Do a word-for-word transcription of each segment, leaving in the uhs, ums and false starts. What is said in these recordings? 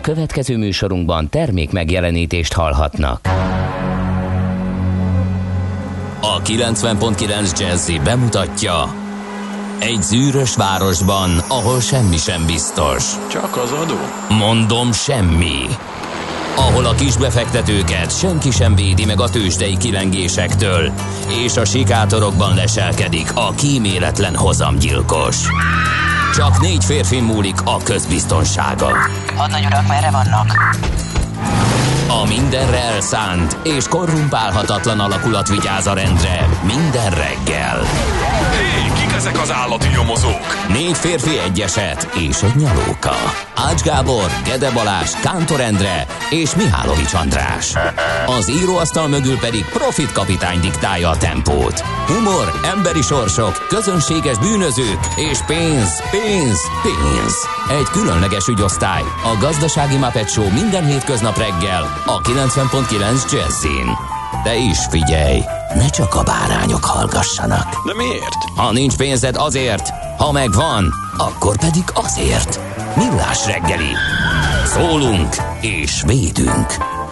Következő műsorunkban termék megjelenítést hallhatnak. A kilencven pont kilenc Jazzy bemutatja: egy zűrös városban, ahol semmi sem biztos. Csak az adó? Mondom, semmi. Ahol a kisbefektetőket senki sem védi meg a tőzsdei kilengésektől, és a sikátorokban leselkedik a kíméletlen hozamgyilkos. Csak négy férfi múlik a közbiztonsága. Hadnagy urak, merre vannak? A mindenre elszánt és korrumpálhatatlan alakulat vigyáz a rendre minden reggel. Hé, kik ezek az állati nyomozók? Négy férfi, egy eset és egy nyalóka. Ács Gábor, Gede Balázs, Kántor Endre és Mihálovics András. Az íróasztal mögül pedig Profit kapitány diktálja a tempót. Humor, emberi sorsok, közönséges bűnözők és pénz, pénz, pénz. Egy különleges ügyosztály, a Gazdasági Muppet Show minden hétköznap reggel a kilencven pont kilenc Jazzin. De is figyelj, ne csak a bárányok hallgassanak. De miért? Ha nincs pénzed, azért, ha megvan, akkor pedig azért. Millás reggeli. Szólunk és védünk.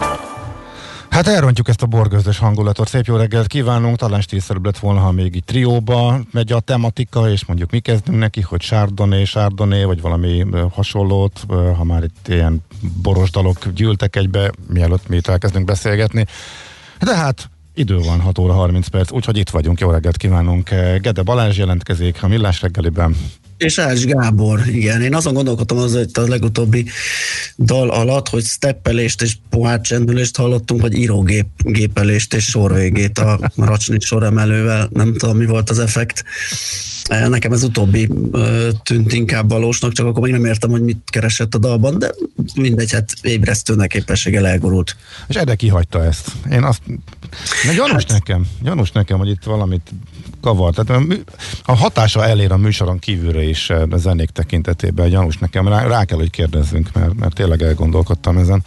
Hát elrontjuk ezt a borgözös hangulatot. Szép jó reggelt kívánunk. Talán stílszerűbb lett volna, ha még itt trióba megy a tematika, és mondjuk mi kezdünk neki, hogy Chardonnay, Chardonnay, vagy valami hasonlót, ha már itt ilyen boros dalok gyűltek egybe, mielőtt mi itt elkezdünk beszélgetni. De hát idő van, hat óra harminc perc, úgyhogy itt vagyunk. Jó reggelt kívánunk. Gede Balázs jelentkezik a Millás reggeliben. És Ács Gábor, igen. Én azon gondolkodtam az, hogy a legutóbbi dal alatt, hogy steppelést és pohárcsendülést hallottunk, vagy írógépelést és sorvégét a racsnit soremelővel. Nem tudom, mi volt az effekt. Nekem ez utóbbi tűnt inkább valósnak, csak akkor még nem értem, hogy mit keresett a dalban, de mindegy, hát ébresztőnek képességgel elgurult. És Ede kihagyta ezt. Én azt... De gyanús hát... nekem, gyanús nekem, hogy itt valamit kavar. Tehát a hatása elér a műsoron kívülre is a zenék tekintetében, gyanús nekem. Rá, rá kell, hogy kérdezzünk, mert, mert tényleg elgondolkodtam ezen.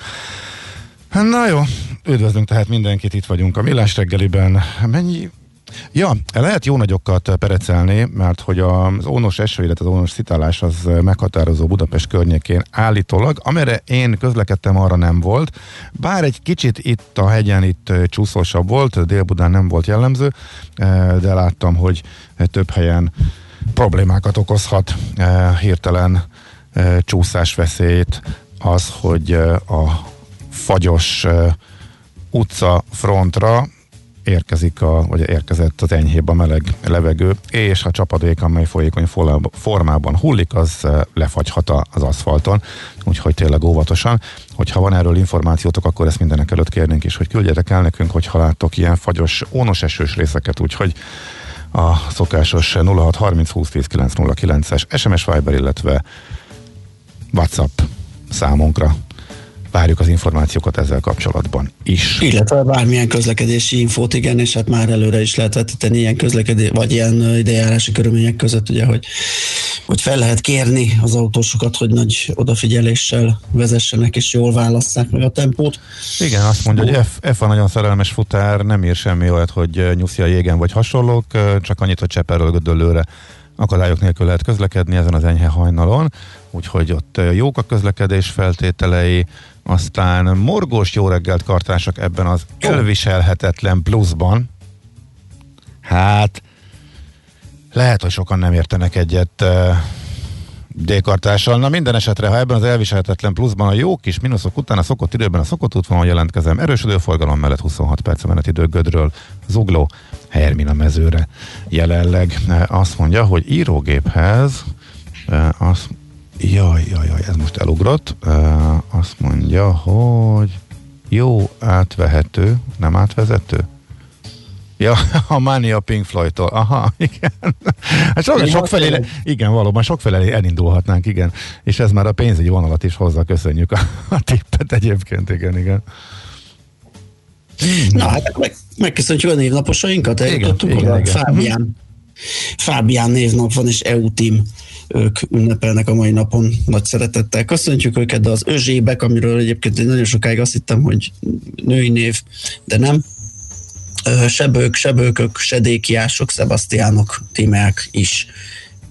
Na jó, üdvözlünk tehát mindenkit, itt vagyunk a Millás reggeliben. Mennyi... Ja, lehet jó nagyokat perecelni, mert hogy az ónos eső, illetve az ónos szitálás az meghatározó Budapest környékén állítólag, amire én közlekedtem, arra nem volt, bár egy kicsit itt a hegyen itt csúszósabb volt, Dél-Budán nem volt jellemző, de láttam, hogy több helyen problémákat okozhat hirtelen csúszásveszélyt az, hogy a fagyos utca frontra érkezik a, vagy érkezett az enyhébb a meleg levegő, és a csapadék, amely folyékony formában hullik, az lefagyhat az aszfalton, úgyhogy tényleg óvatosan. Hogyha van erről információtok, akkor ezt mindenek előtt kérnénk is, hogy küldjetek el nekünk, hogyha láttok ilyen fagyos, ónos esős részeket, úgyhogy a szokásos nulla hat harminc húsz tíz kilenc nulla kilences es em es Viber, illetve WhatsApp számunkra várjuk az információkat ezzel kapcsolatban is. Illetve bármilyen közlekedési infót, igen, és hát már előre is lehet vetíteni ilyen közlekedés, vagy ilyen időjárási körülmények között, ugye, hogy, hogy fel lehet kérni az autósokat, hogy nagy odafigyeléssel vezessenek, és jól válasszák meg a tempót. Igen, azt mondja, hogy F, F a nagyon szerelmes futár, nem ír semmi olyat, hogy nyuszi a jégen vagy hasonlók, csak annyit, hogy Cseperről Gödöllőre akadályok nélkül lehet közlekedni ezen az enyhe hajnalon, úgyhogy ott jók a közlekedés feltételei, aztán morgós jó reggelt kartársak ebben az elviselhetetlen pluszban. Hát lehet, hogy sokan nem értenek egyet uh, D-kartással. Na minden esetre, ha ebben az elviselhetetlen pluszban a jó kis mínuszok után a szokott időben a szokott útvonalon jelentkezem. Erősödő forgalom mellett huszonhat perc menetidő Gödről Zugló Hermina mezőre jelenleg. Azt mondja, hogy írógéphez azt Jaj, jaj, jaj, ez most elugrott. Uh, azt mondja, hogy jó átvehető, nem átvezető? Ja, a Mania Pink Floydtól. Aha, igen. Hát sok, sokfelé, igen, valóban sokfelé elindulhatnánk, igen. És ez már a pénzügyi vonalat is hozzá, köszönjük a, a tippet egyébként, igen, igen. Na, hát meg, megköszöntjük a névnaposainkat, eljutottunk oda. Fábián. Fábián névnap van, és é u Team, ők ünnepelnek a mai napon, nagy szeretettel köszöntjük őket, de az Özsébek, amiről egyébként nagyon sokáig azt hittem, hogy női név, de nem. Sebők, sebőkök, sedékiások, Szebasztiánok, Tímeák is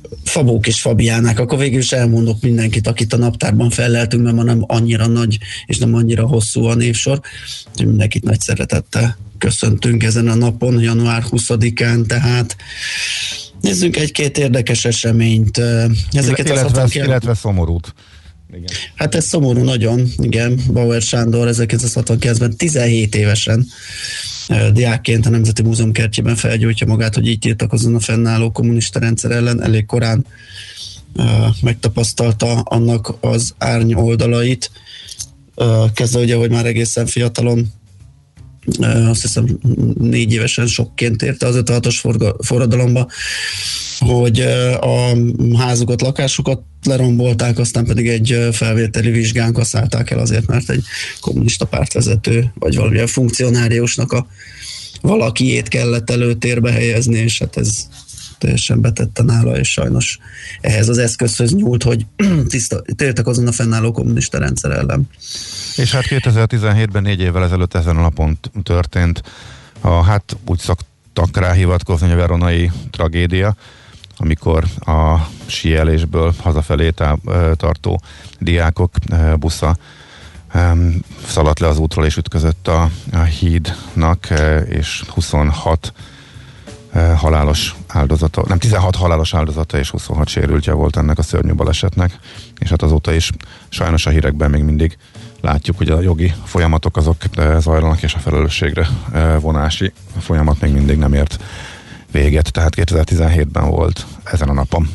Fabók és Fabiánák, akkor végül is elmondok mindenkit, akit a naptárban felleltünk, mert ma nem annyira nagy és nem annyira hosszú a névsor, úgyhogy mindenkit nagy szeretettel köszöntünk ezen a napon, január huszadikán, tehát nézzünk egy-két érdekes eseményt. Ezeket illetve, illetve szomorút. Igen. Hát ez szomorú nagyon, igen. Bauer Sándor ezerkilencszázhatvankilencben tizenhét évesen diákként a Nemzeti Múzeum kertjében felgyújtja magát, hogy így tiltakozzon a fennálló kommunista rendszer ellen. Elég korán uh, megtapasztalta annak az árny oldalait. Uh, kezdve ugye, hogy már egészen fiatalon, uh, azt hiszem négy évesen sokként érte az ötvenhatos forradalomba, hogy a házukat, lakásukat lerombolták, aztán pedig egy felvételi vizsgán kasszálták el azért, mert egy kommunista pártvezető, vagy valamilyen funkcionáriusnak a valakiét kellett előtérbe helyezni, és hát ez teljesen betette nála, és sajnos ehhez az eszközhöz nyúlt, hogy tiltakozzon a fennálló kommunista rendszer ellen. És hát kétezer-tizenhétben, négy évvel ezelőtt ezen a napon történt a, hát úgy szoktak rá hivatkozni, a veronai tragédia, amikor a síelésből hazafelé tá- tartó diákok busza szaladt le az útról és ütközött a, a hídnak, és huszonhat halálos áldozata, nem tizenhat halálos áldozata és huszonhat sérültje volt ennek a szörnyű balesetnek, és hát azóta is sajnos a hírekben még mindig látjuk, hogy a jogi folyamatok azok zajlanak, és a felelősségre vonási folyamat még mindig nem ért véget, tehát kétezer-tizenhétben volt ezen a napon.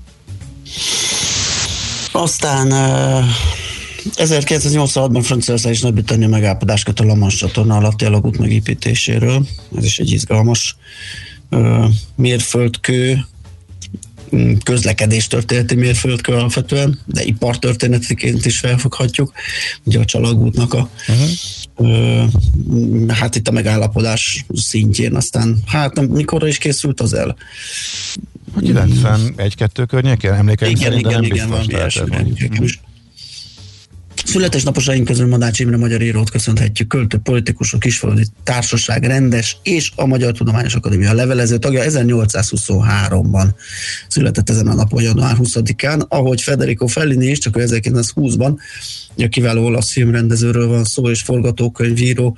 Aztán ezerkilencszáznyolcvanhatban Franciaország és Nagy-Britannia megállapodást köt a La Manche csatorna alatti alagút megépítéséről. Ez is egy izgalmas uh, mérföldkő, közlekedés történeti mérföldkő alapvetően, de ipartörténetiként is felfoghatjuk. Ugye a csalagútnak a uh-huh. uh, hát itt a megállapodás szintjén, aztán hát mikorra is készült az el? A kilencvenegy-kettő környékén emlékeim igen, szerint, igen, nem igen, biztos lehet. Születésnaposaink közül Madács Imre magyar írót köszönhetjük, költő, politikusok, kisfalusi társaság, rendes és a Magyar Tudományos Akadémia levelező tagja. ezernyolcszázhuszonháromban született ezen a napon, január huszadikán, ahogy Federico Fellini is, csak ezerkilencszázhúszban, a kiváló olasz filmrendezőről van szó, és forgatókönyvíróról,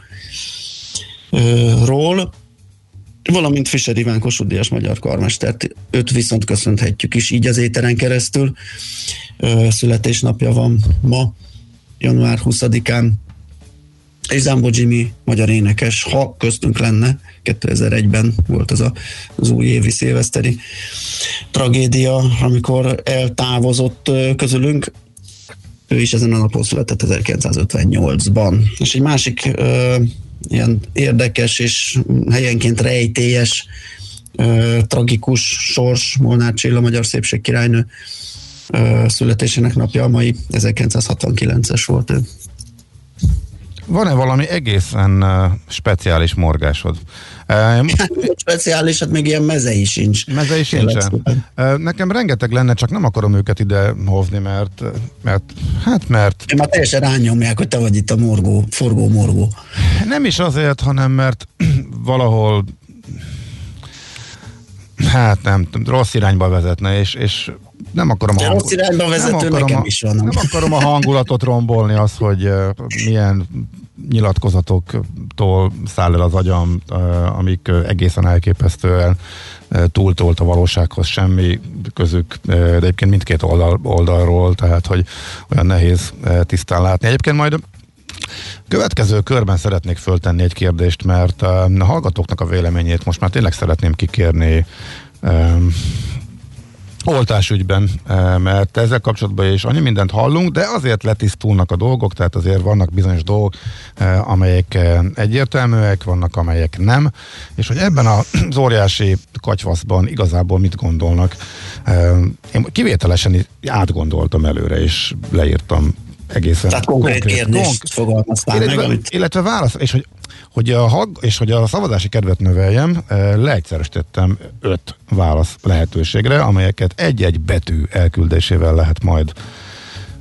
valamint Fischer Iván Kossuth Díjas magyar karmestert, őt viszont köszönhetjük is így az éteren keresztül. Születésnapja van ma, január huszadikán, és Zambó Jimmy, magyar énekes, ha köztünk lenne, kétezer-egyben volt az a, az újévi szilveszteri tragédia, amikor eltávozott közülünk. Ő is ezen a napon született ezerkilencszázötvennyolcban. És egy másik ö, ilyen érdekes és helyenként rejtélyes, ö, tragikus sors, Molnár Csilla, magyar szépségkirálynő ö, születésének napja a mai, ezerkilencszázhatvankilences volt ő. Van-e valami egészen uh, speciális morgásod? Uh, speciális, hát még ilyen mezei sincs. Mezei sincsen. Uh, nekem rengeteg lenne, csak nem akarom őket ide hozni, mert, mert hát mert... Én már teljesen rányomják, hogy te vagy itt a morgó, forgó morgó. Nem is azért, hanem mert valahol hát nem, rossz irányba vezetne, és, és nem akarom, a, hangul... nem, akarom a, is van, nem? nem akarom a hangulatot rombolni, az, hogy uh, milyen nyilatkozatoktól száll el az agyam, uh, amik uh, egészen elképesztően uh, túltolt a valósághoz, semmi közük, uh, de egyébként mindkét oldal, oldalról, tehát hogy olyan nehéz uh, tisztán látni. Egyébként majd következő körben szeretnék föltenni egy kérdést, mert uh, a hallgatóknak a véleményét most már tényleg szeretném kikérni um, oltásügyben, mert ezzel kapcsolatban is annyi mindent hallunk, de azért letisztulnak a dolgok, tehát azért vannak bizonyos dolgok, amelyek egyértelműek, vannak amelyek nem, és hogy ebben az óriási katyvaszban igazából mit gondolnak. Én kivételesen átgondoltam előre, és leírtam egészen. Tehát konkrét, konkrét kérdést konk- fogalmaztál illetve, meg, amit... Illetve válasz, és hogy Hogy a, és hogy a szavazási kedvet növeljem, leegyszerűsítettem öt válasz lehetőségre, amelyeket egy-egy betű elküldésével lehet majd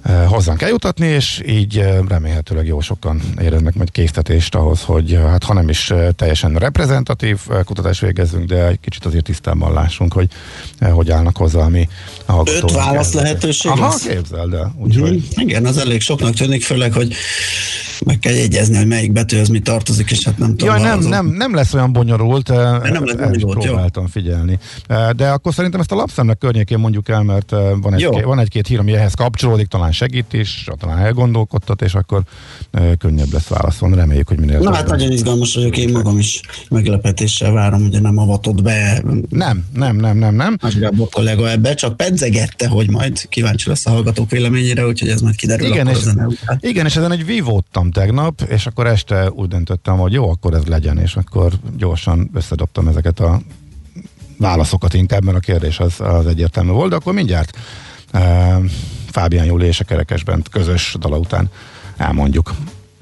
hozzánk eljutatni, és így remélhetőleg jó sokan éreznek majd késztetést ahhoz, hogy hát ha nem is teljesen reprezentatív kutatást végezzünk, de egy kicsit azért tisztában lássunk, hogy hogy állnak hozzá a mi hallgatóink. Öt válasz lehetőség. Aha, képzeld el. Úgyhogy... Mm, igen, az elég soknak tűnik, főleg, hogy meg kell jegyezni, hogy melyik betűhöz mi tartozik, és hát nem tudom. Jaj, nem, nem, nem lesz olyan bonyolult, nem lesz bonyolult, próbáltam jó. figyelni. De akkor szerintem ezt a lapszemle környékén mondjuk el, mert van, egy, van egy-két hír, ami ehhez kapcsolódik, talán segít is, talán elgondolkodtat, és akkor könnyebb lesz válaszolni. Reméljük, hogy minél. Na hát nagyon izgalmas vagyok, én magam is meglepetéssel várom, ugye nem avatott be. Nem, nem, nem, nem, nem. Nagy Gábor kollega ebbe, csak pedzegette, hogy majd kíváncsi lesz a hallgatók véleményére, úgyhogy ez majd kiderül. Igen, akkor és, igen, és ezen egy vívódtam tegnap, és akkor este úgy döntöttem, hogy jó, akkor ez legyen, és akkor gyorsan összedobtam ezeket a válaszokat inkább, mert a kérdés az, az egyértelmű volt, de akkor mindjárt uh, Fábián Júli és a Kerekesben közös dala után elmondjuk.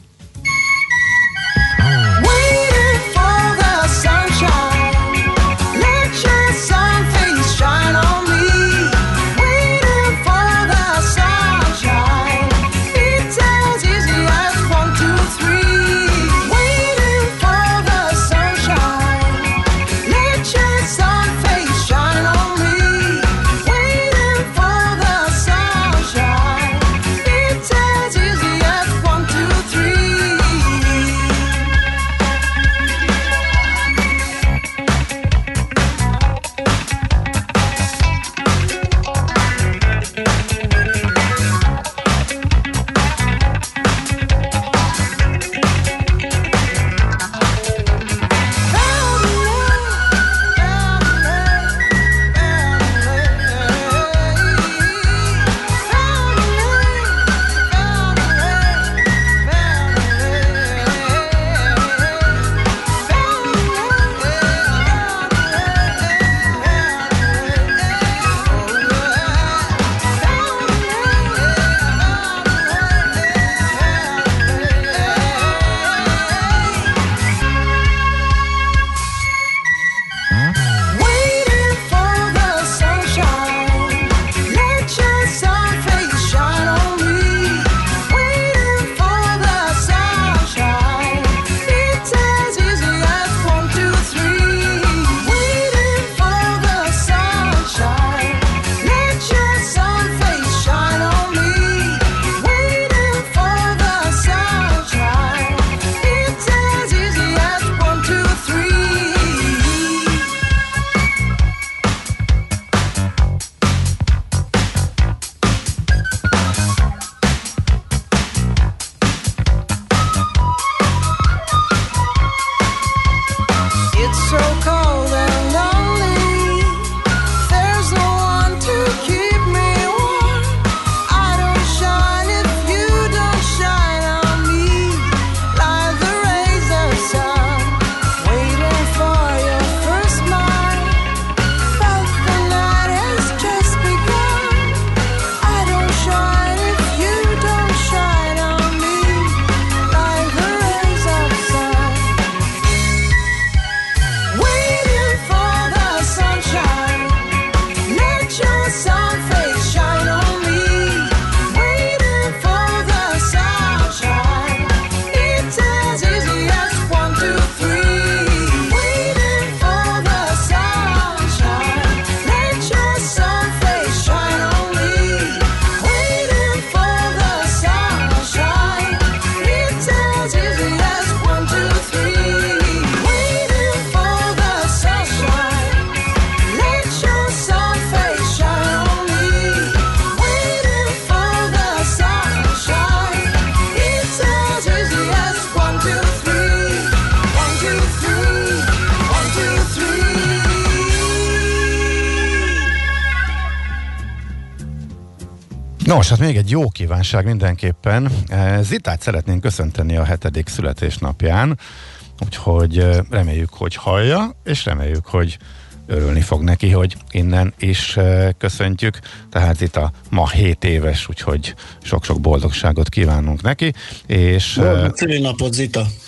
Nos, hát még egy jó kívánság mindenképpen. Zitát szeretnénk köszönteni a hetedik születésnapján, úgyhogy reméljük, hogy hallja, és reméljük, hogy örülni fog neki, hogy innen is köszöntjük. Tehát Zita ma hét éves, úgyhogy sok-sok boldogságot kívánunk neki. És boldog szülinapot, Zita!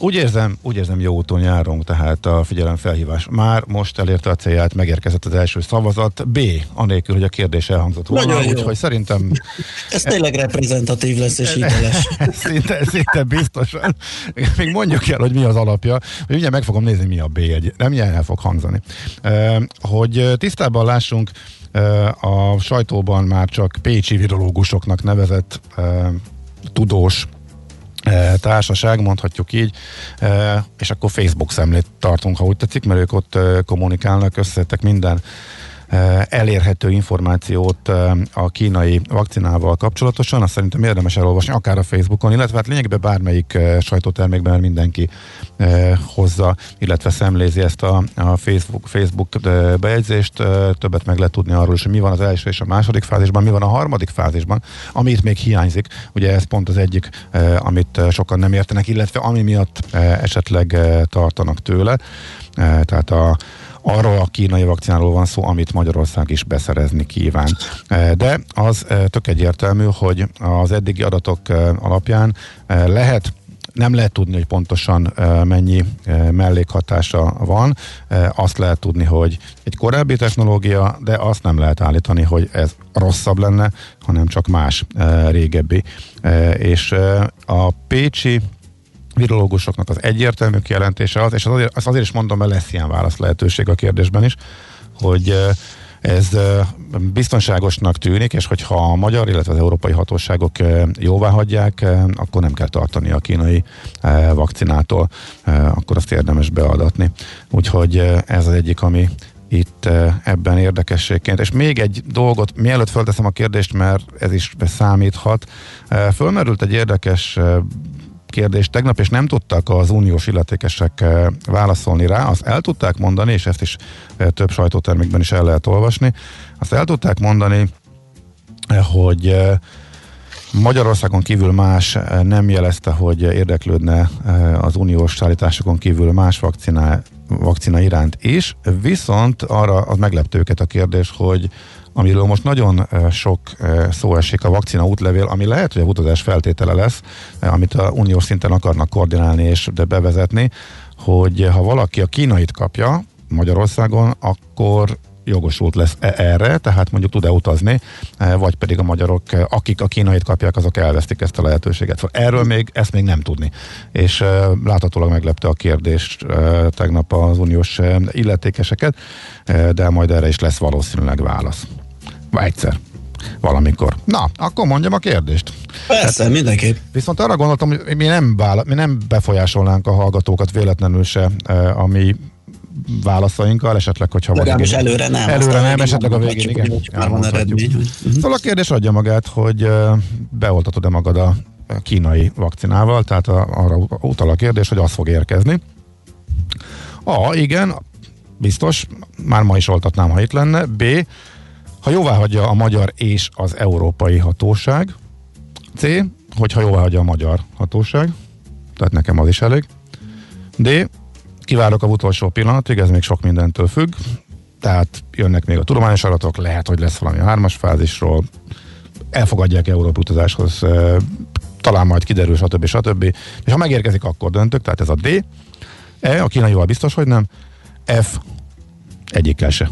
Úgy érzem, úgy érzem, jó úton járunk, tehát a figyelemfelhívás már most elérte a célját, megérkezett az első szavazat. B, anélkül, hogy a kérdés elhangzott volna, úgyhogy szerintem... Ez tényleg reprezentatív lesz és hiteles. szinte, szinte biztosan. Még mondjuk el, hogy mi az alapja, hogy ugye meg fogom nézni, mi a B egy. Nem ilyen el fog hangzani. Hogy tisztában lássunk, a sajtóban már csak pécsi virológusoknak nevezett tudós társaság, mondhatjuk így, és akkor Facebook szemlét tartunk, ha úgy tetszik, mert ők ott kommunikálnak, összetek minden elérhető információt a kínai vakcinával kapcsolatosan, azt szerintem érdemes elolvasni, akár a Facebookon, illetve hát lényegében bármelyik sajtótermékben mindenki hozza, illetve szemlézi ezt a, a Facebook, Facebook bejegyzést, többet meg lehet tudni arról is, hogy mi van az első és a második fázisban, mi van a harmadik fázisban, ami itt még hiányzik, ugye ez pont az egyik, amit sokan nem értenek, illetve ami miatt esetleg tartanak tőle, tehát a arról a kínai vakcináról van szó, amit Magyarország is beszerezni kíván. De az tök egyértelmű, hogy az eddigi adatok alapján lehet, nem lehet tudni, hogy pontosan mennyi mellékhatása van. Azt lehet tudni, hogy egy korábbi technológia, de azt nem lehet állítani, hogy ez rosszabb lenne, hanem csak más régebbi. És a pécsi virológusoknak az egyértelmű kijelentése az, és az azért, az azért is mondom, mert lesz ilyen válasz lehetőség a kérdésben is, hogy ez biztonságosnak tűnik, és hogyha a magyar, illetve az európai hatóságok jóvá hagyják, akkor nem kell tartani a kínai vakcinától, akkor azt érdemes beadatni. Úgyhogy ez az egyik, ami itt ebben érdekességként. És még egy dolgot, mielőtt fölteszem a kérdést, mert ez is számíthat, fölmerült egy érdekes kérdés tegnap, és nem tudtak az uniós illetékesek válaszolni rá, azt el tudták mondani, és ezt is több sajtótermékben is el lehet olvasni, azt el tudták mondani, hogy Magyarországon kívül más nem jelezte, hogy érdeklődne az uniós szállításokon kívül más vakcina, vakcina iránt is, viszont arra az meglepte őket a kérdés, hogy amiről most nagyon sok szó esik, a vakcina útlevél, ami lehet, hogy a utazás feltétele lesz, amit a uniós szinten akarnak koordinálni és de bevezetni, hogy ha valaki a kínait kapja Magyarországon, akkor jogosult lesz erre, tehát mondjuk tud-e utazni, vagy pedig a magyarok, akik a kínait kapják, azok elvesztik ezt a lehetőséget. Erről még, ezt még nem tudni. És láthatólag meglepte a kérdést tegnap az uniós illetékeseket, de majd erre is lesz valószínűleg válasz. Egyszer. Valamikor. Na, akkor mondjam a kérdést. Persze, hát, mindenképp. Viszont arra gondoltam, hogy mi nem, vála- mi nem befolyásolnánk a hallgatókat véletlenül se, a mi válaszainkkal, esetleg, hogyha legalábbis előre nem. Előre nem, esetleg a végén, igen. Már van eredmény. Hogy... Szóval a kérdés adja magát, hogy beoltatod-e magad a kínai vakcinával, tehát arra utal a kérdés, hogy az fog érkezni. A, igen, biztos, már ma is oltatnám, ha itt lenne. B, ha jóvá hagyja a magyar és az európai hatóság. C, hogyha jóvá hagyja a magyar hatóság, tehát nekem az is elég. D, kivárok a utolsó pillanatig, ez még sok mindentől függ, tehát jönnek még a tudományos adatok, lehet, hogy lesz valami a hármas fázisról, elfogadják Európa utazáshoz, talán majd kiderül, stb. stb. És ha megérkezik, akkor döntök, tehát ez a D. E, a kínaival biztos, hogy nem. F, egyikkel se.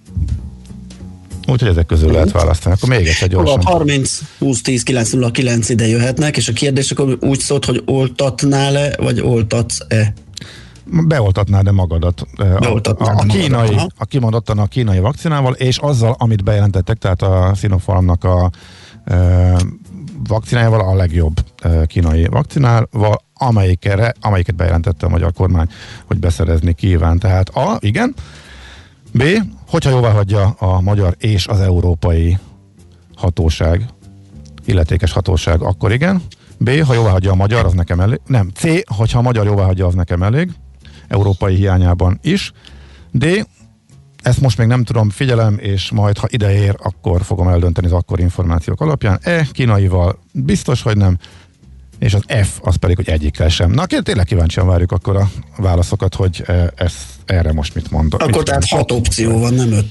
Úgyhogy ezek közül lehet választani. Akkor még egyszer gyorsan. harminc húsz tíz kilenc nulla kilenc ide jöhetnek, és a kérdés akkor úgy szólt, hogy oltatnál-e, vagy oltatsz-e? Beoltatnád de magadat Beoltatnád a, a, a kínai, magadat, a kimondottan a kínai vakcinával, és azzal, amit bejelentettek, tehát a Sinopharmnak a e, vakcinájával, a legjobb e, kínai vakcinával, amelyikre, amelyiket bejelentette a magyar kormány, hogy beszerezni kíván. Tehát A, igen, B, hogyha jóvá hagyja a magyar és az európai hatóság, illetékes hatóság, akkor igen. B, ha jóvá hagyja a magyar, az nekem elég. Nem, C, hogyha a magyar jóvá hagyja, az nekem elég. Európai hiányában is. D, ezt most még nem tudom, figyelem, és majd, ha ide ér, akkor fogom eldönteni az akkori információk alapján. E, kínaival biztos, hogy nem. És az F, az pedig, hogy egyikkel sem. Na, tényleg kíváncsian várjuk akkor a válaszokat, hogy ez, erre most mit mondok. Akkor mit tehát hat opció van, nem öt.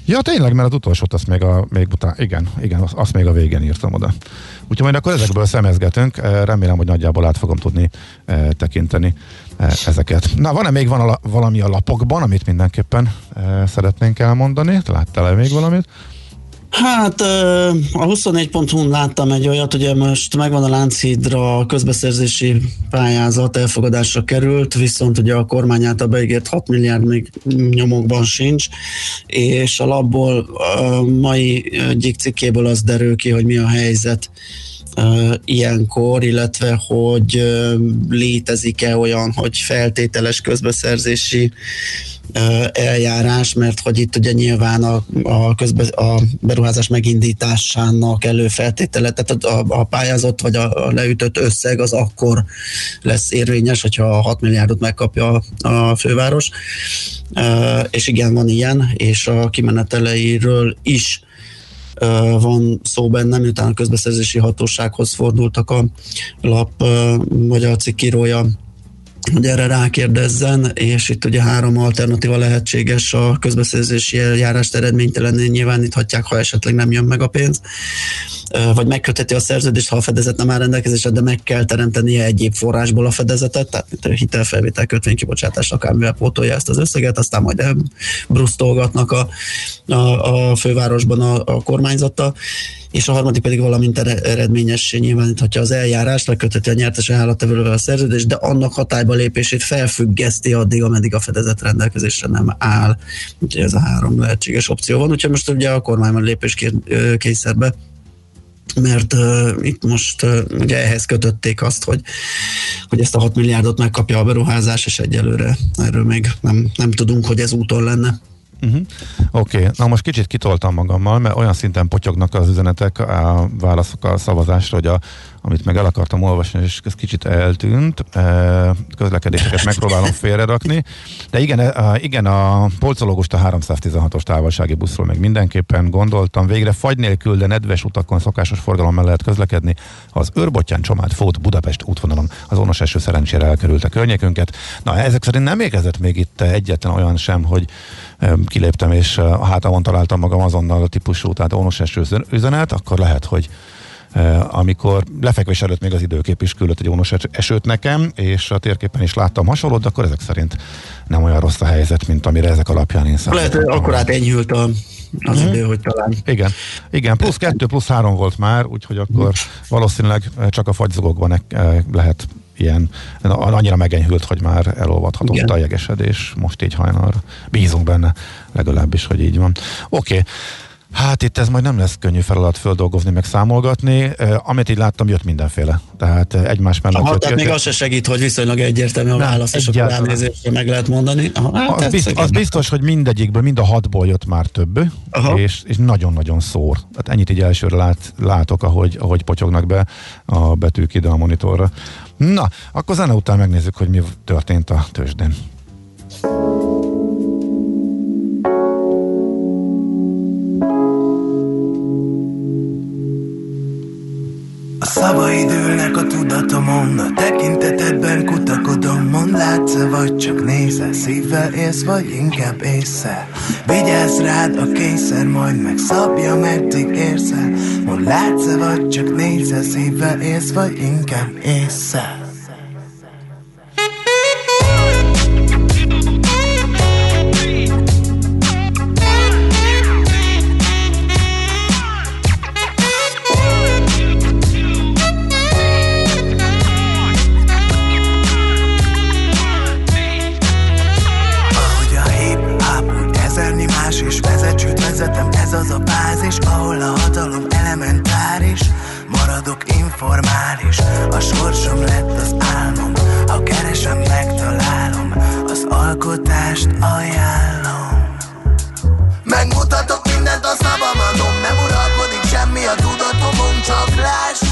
Ja, tényleg, mert az utolsót azt még a, még után, igen, igen, azt, azt még a végén írtam oda. Úgyhogy majd akkor ezekből szemezgetünk, remélem, hogy nagyjából át fogom tudni e, tekinteni e, ezeket. Na, van-e még van a, valami a lapokban, amit mindenképpen e, szeretnénk elmondani? Láttál-e még valamit? Hát a huszonnégy pont hu-n láttam egy olyat, ugye most megvan a Lánchídra közbeszerzési pályázat, elfogadásra került, viszont ugye a kormány által beígért hat milliárd még nyomokban sincs, és a labból a mai egyik cikkéből az derül ki, hogy mi a helyzet Uh, ilyenkor, illetve hogy uh, létezik-e olyan, hogy feltételes közbeszerzési uh, eljárás, mert hogy itt ugye nyilván a, a, közbe, a beruházás megindításának előfeltétele, tehát a, a pályázat vagy a, a leütött összeg az akkor lesz érvényes, hogyha a hat milliárdot megkapja a, a főváros. Uh, és igen, van ilyen, és a kimeneteleiről is van szó benne, miután a közbeszerzési hatósághoz fordultak a lap vagy a cikkírója, hogy erre rákérdezzen, és itt ugye három alternatíva lehetséges: a közbeszerzési eljárást eredménytelenné nyilváníthatják, ha esetleg nem jön meg a pénz, vagy megkötheti a szerződést, ha a fedezet nem áll rendelkezésre, de meg kell teremtenie egyéb forrásból a fedezetet, tehát mint a hitelfelvétel, kötvénykibocsátás, akármivel pótolja ezt az összeget, aztán majd elbrusztolgatnak a, a, a fővárosban a, a kormányzattal, és a harmadik pedig valamint eredményessé nyilváníthatja az eljárást, megkötheti a nyertes ajánlattevővel a szerződést, de annak hatályba lépését felfüggeszti addig, ameddig a fedezet rendelkezésre nem áll. Úgyhogy ez a három lehetséges opció van. Úgyhogy most ugye a kormány van lépés kényszerbe, mert uh, itt most uh, ugye ehhez kötötték azt, hogy, hogy ezt a hat milliárdot megkapja a beruházás, és egyelőre erről még nem, nem tudunk, hogy ez úton lenne. Uh-huh. Oké, okay. Na most kicsit kitoltam magammal, mert olyan szinten potyognak az üzenetek, a válaszok a szavazásra, hogy a, amit meg el akartam olvasni, és ez kicsit eltűnt, közlekedéseket megpróbálom félrerakni, de igen, igen a polcológust a háromszáztizenhatos távolsági buszról meg mindenképpen gondoltam, végre fagy nélkül, de nedves utakon szokásos forgalommal lehet közlekedni. Az Őrbottyán Csomád Fót Budapest útvonalon az ónos eső szerencsére elkerült a környékünket. Na, ezek szerint nem érkezett még itt egyetlen olyan sem, hogy kiléptem és a hátamon találtam magam azonnal a típusú, tehát ónos eső üzenet, akkor lehet, hogy amikor lefekvés előtt még az időkép is küldött egy ónos esőt nekem, és a térképen is láttam hasonlót, de akkor ezek szerint nem olyan rossz a helyzet, mint amire ezek alapján én számoltam. Lehet, hogy akkor át enyhült a, az hmm. idő, hogy talán. Igen, igen, plusz kettő, plusz három volt már, úgyhogy akkor valószínűleg csak a fagyzugokban lehet ilyen, annyira megenyhült, hogy már elolvadhatott igen. a jegesedés most így hajnalra. Bízunk benne, legalábbis, hogy így van. Oké. Okay. Hát itt ez majd nem lesz könnyű feladat földolgozni, meg számolgatni. Uh, amit így láttam, jött mindenféle. Tehát uh, egymás mellett Aha, jött. Tehát jött, még az se segít, hogy viszonylag egyértelmű a válasz, és akkor ránézésre meg lehet mondani. Aha, hát az, bizt, az biztos, hogy mindegyikből, mind a hatból jött már több, és, és nagyon-nagyon szór. Tehát ennyit így elsőre lát, látok, ahogy, ahogy potyognak be a betűk ide a monitorra. Na, akkor zene után megnézzük, hogy mi történt a tőzsdén. A szavaid ülnek a tudatomon, a tekintetedben kutakodom. Mondd, látsz-e, vagy csak nézel, szívvel élsz, vagy inkább ésszel. Vigyázz rád a kényszer, majd megszabja, meddig érsz el. Mondd, látsz-e, vagy csak nézel, szívvel élsz, vagy inkább ésszel. Informális, a sorsom lett az álmom. Ha keresem, megtalálom, az alkotást ajánlom. Megmutatok mindent, a szavam adom, nem uralkodik semmi a tudatomon, csak láss.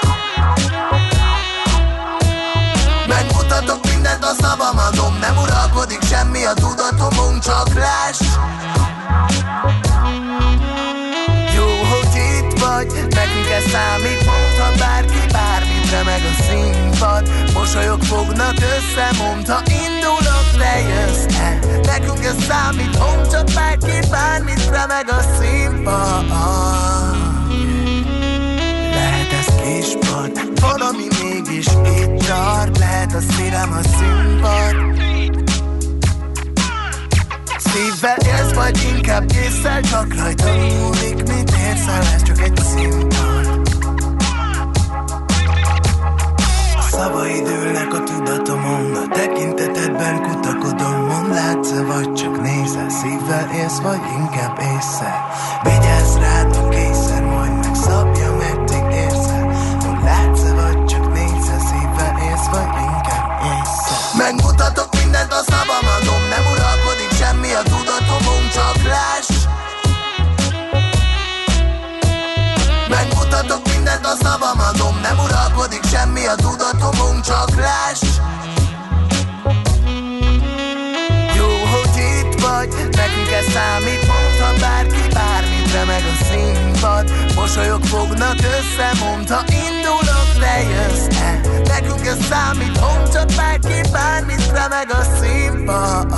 Megmutatok mindent, a szavam adom, nem uralkodik semmi a tudatomon, csak láss. Jó, hogy itt vagy, nekünk ez számít, mondhat bárki bármit, remeg a színpad. Most mosolyok fognak össze, mondd, ha indulok, te jössz el. Nekünk ez számít, hom, csak bárki, bármit remeg a színpad. Lehet ez kispart, van, ami mégis itt tart. Lehet a szívem a színpad. Szívvel élsz, vagy inkább észszel, csak rajta múlik, mit érsz el, ez csak egy színpad. A szavaid ülnek a tudatomon, a tekintetedben kutakodom. Mondd, látsz-e, vagy csak nézel, szívvel élsz, vagy inkább észszel. Vigyázz rád a készen, majd megszabja, meddig érzel. Mondd, látsz-e, vagy csak nézel, szívvel élsz, vagy inkább észszel. Megmutatok mindent, a szavam adom, nem uralkodik semmi a tudatomon, csak láss. Megmutatok mindent, a szavam adom, nem uralkodik semmi a tudatomon, csak láss. Jó, hogy itt vagy, nekünk ez számít, mondta bárki, bármit remeg a színpad. Mosolyok fognak össze, mondd, ha indulok, te jössz el. Nekünk ez számít, hom, csak bárki, bármit remeg a színpad.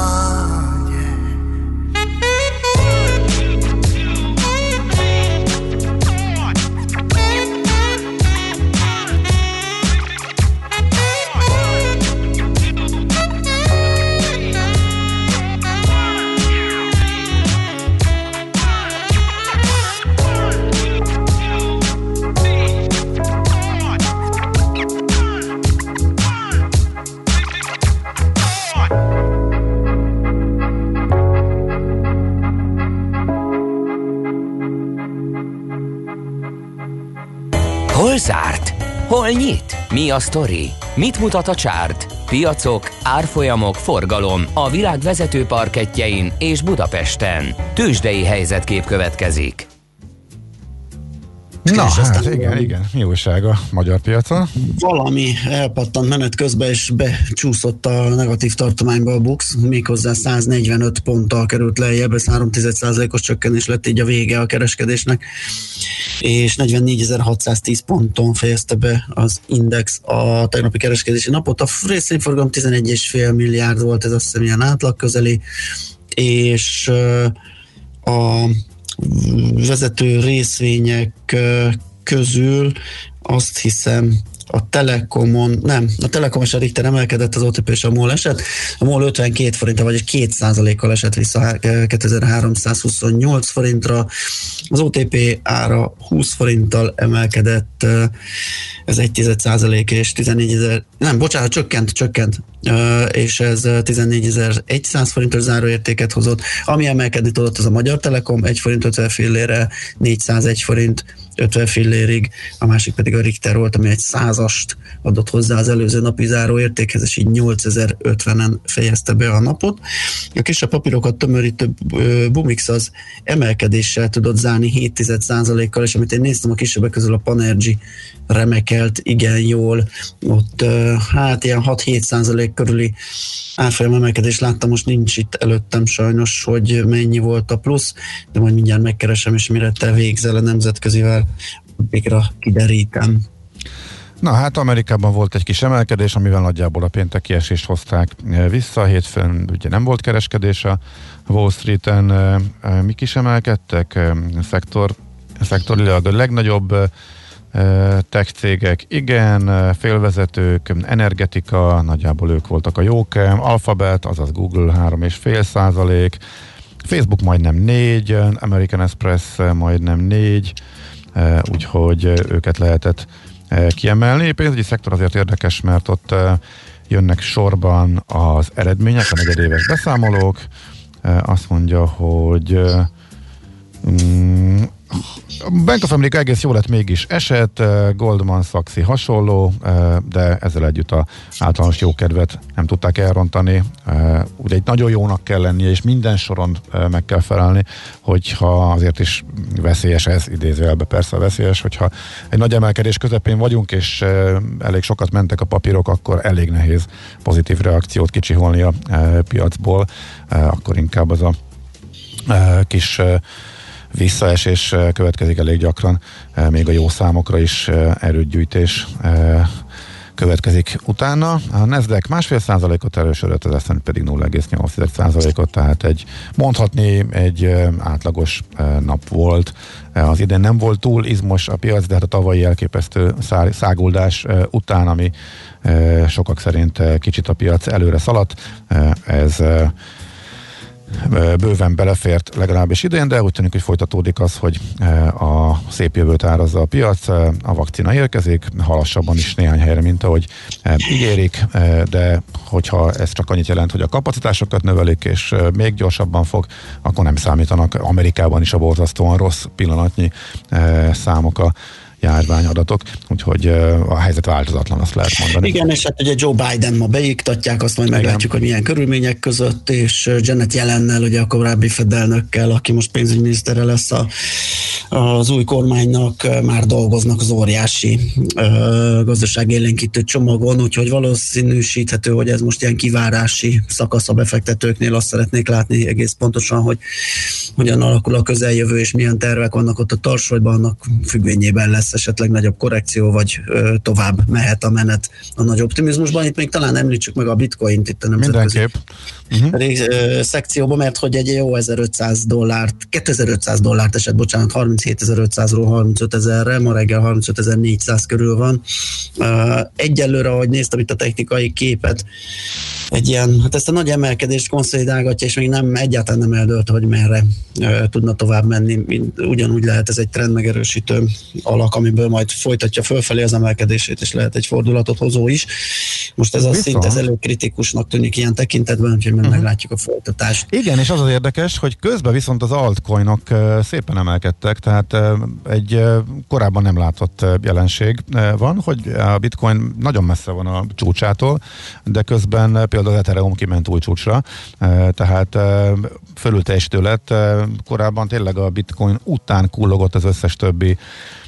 Hol zárt? Hol nyit? Mi a sztori? Mit mutat a csárt? Piacok, árfolyamok, forgalom a világ vezető parkettjein és Budapesten. Tőzsdei helyzetkép következik. Na, hát igen, igen, mi újság a magyar piacon? Valami elpattant menet közben, és becsúszott a negatív tartományba a BUX, méghozzá száznegyvenöt ponttal került lejjebb, ez három egész egy százalékos csökkenés lett így a vége a kereskedésnek, és negyvennégyezer-hatszáztíz ponton fejezte be az Index a tegnapi kereskedési napot. A részvényforgalom tizenegy egész öt milliárd volt, ez azt hiszem ilyen átlag közeli, és a vezető részvények közül azt hiszem a Telekomon, nem, a Telekom és a Richter emelkedett, az o té pé és a MOL esett. A MOL ötvenkét forintra, vagyis két százalékkal esett vissza kétezer-háromszázhuszonnyolc forintra. Az o té pé ára húsz forinttal emelkedett, ez egy tized százalék és tizennégyezer, nem, bocsánat, csökkent, csökkent, és ez tizennégyezer-száz forintos záróértéket hozott. Ami emelkedni tudott, az a Magyar Telekom, egy forint ötven fillére, négyszázegy forint ötven fillérig, a másik pedig a Richter volt, ami egy százast adott hozzá az előző napi záróértékhez, és így nyolcezer-ötvenen fejezte be a napot. A kisebb papírokat tömörítő Bumix az emelkedéssel tudott zárni hét tized százalékkal, és amit én néztem, a kisebbek közül a Panergy remekelt igen jól, ott hát ilyen hat-hét százalék körüli árfolyam emelkedés láttam, most nincs itt előttem sajnos, hogy mennyi volt a plusz, de majd mindjárt megkeresem, és mire te végzel a nemzetközivel, végre kiderítem. Na hát Amerikában volt egy kis emelkedés, amivel nagyjából a pénteki esést hozták vissza. Hétfőn ugye nem volt kereskedés a Wall Streeten. Mik is emelkedtek? Szektor, szektorilag a legnagyobb tech cégek, igen, félvezetők, energetika, nagyjából ők voltak a jók. Alphabet, azaz Google három egész öt százalék, Facebook majdnem négy, American Express majdnem négy, úgyhogy őket lehetett kiemelni. Pénzügyi szektor azért érdekes, mert ott jönnek sorban az eredmények, a negyedéves beszámolók. Azt mondja, hogy mm, a Bank of America egész jó lett, mégis esett, Goldman Sachs hasonló, de ezzel együtt az általános jókedvet nem tudták elrontani. Ugye egy nagyon jónak kell lennie, és minden soron meg kell felelni, hogyha azért is veszélyes ez, idézőjelbe persze veszélyes, hogyha egy nagy emelkedés közepén vagyunk, és elég sokat mentek a papírok, akkor elég nehéz pozitív reakciót kicsiholni a piacból, akkor inkább az a kis visszaesés következik elég gyakran, még a jó számokra is erőgyűjtés következik utána. A Nasdaq másfél százalékot erősödött, az es and pé pedig nulla egész nyolc százalékot, tehát egy mondhatni egy átlagos nap volt. Az idén nem volt túl izmos a piac, de hát a tavalyi elképesztő száguldás után, ami sokak szerint kicsit a piac előre szaladt, ez bőven belefért legalábbis idén, de úgy tűnik, hogy folytatódik az, hogy a szép jövőt árazza a piac, a vakcina érkezik, halassabban is néhány helyre, mint ahogy ígérik, de hogyha ez csak annyit jelent, hogy a kapacitásokat növelik, és még gyorsabban fog, akkor nem számítanak Amerikában is a borzasztóan rossz pillanatnyi számok a járványadatok, úgyhogy uh, a helyzet változatlan, azt lehet mondani. Igen, és hát ugye Joe Biden ma beiktatják, azt majd meglátjuk, hogy milyen körülmények között, és Janet Yellennel, ugye a korábbi Fed elnökkel, aki most pénzügyminisztere lesz a, az új kormánynak, már dolgoznak az óriási uh, gazdaságélénkítő csomagon, úgyhogy valószínűsíthető, hogy ez most ilyen kivárási szakasz a befektetőknél, azt szeretnék látni egész pontosan, hogy hogyan alakul a közeljövő, és milyen tervek vannak ott a tarsolyban, annak függvényében lesz esetleg nagyobb korrekció, vagy ö, tovább mehet a menet a nagy optimizmusban. Itt még talán említsük meg a bitcoint itt a nemzetközi uh-huh. szekcióban, mert hogy egy jó ezerötszáz dollárt, kétezer-ötszáz dollárt esett, bocsánat, harminchétezer-ötszázról harmincötezerre, ma reggel harmincötezer-négyszáz körül van. Egyelőre, ahogy néztem itt a technikai képet, egy ilyen, hát ezt a nagy emelkedést konszolidálgatja, és még nem, egyáltalán nem eldőlt, hogy merre e, tudna tovább menni. Ugyanúgy lehet ez egy trendmegerősítő alak, amiből majd folytatja fölfelé az emelkedését, és lehet egy fordulatot hozó is. Most ez a szint, ez elég kritikusnak tűnik ilyen tekintetben, úgyhogy uh-huh. meglátjuk a folytatást. Igen, és az az érdekes, hogy közben viszont az altcoinok szépen emelkedtek, tehát egy korábban nem látott jelenség van, hogy a bitcoin nagyon messze van a csúcsától, de közben például az Ethereum kiment új csúcsra, tehát fölül teljesítő lett. Korábban tényleg a bitcoin után kullogott az összes többi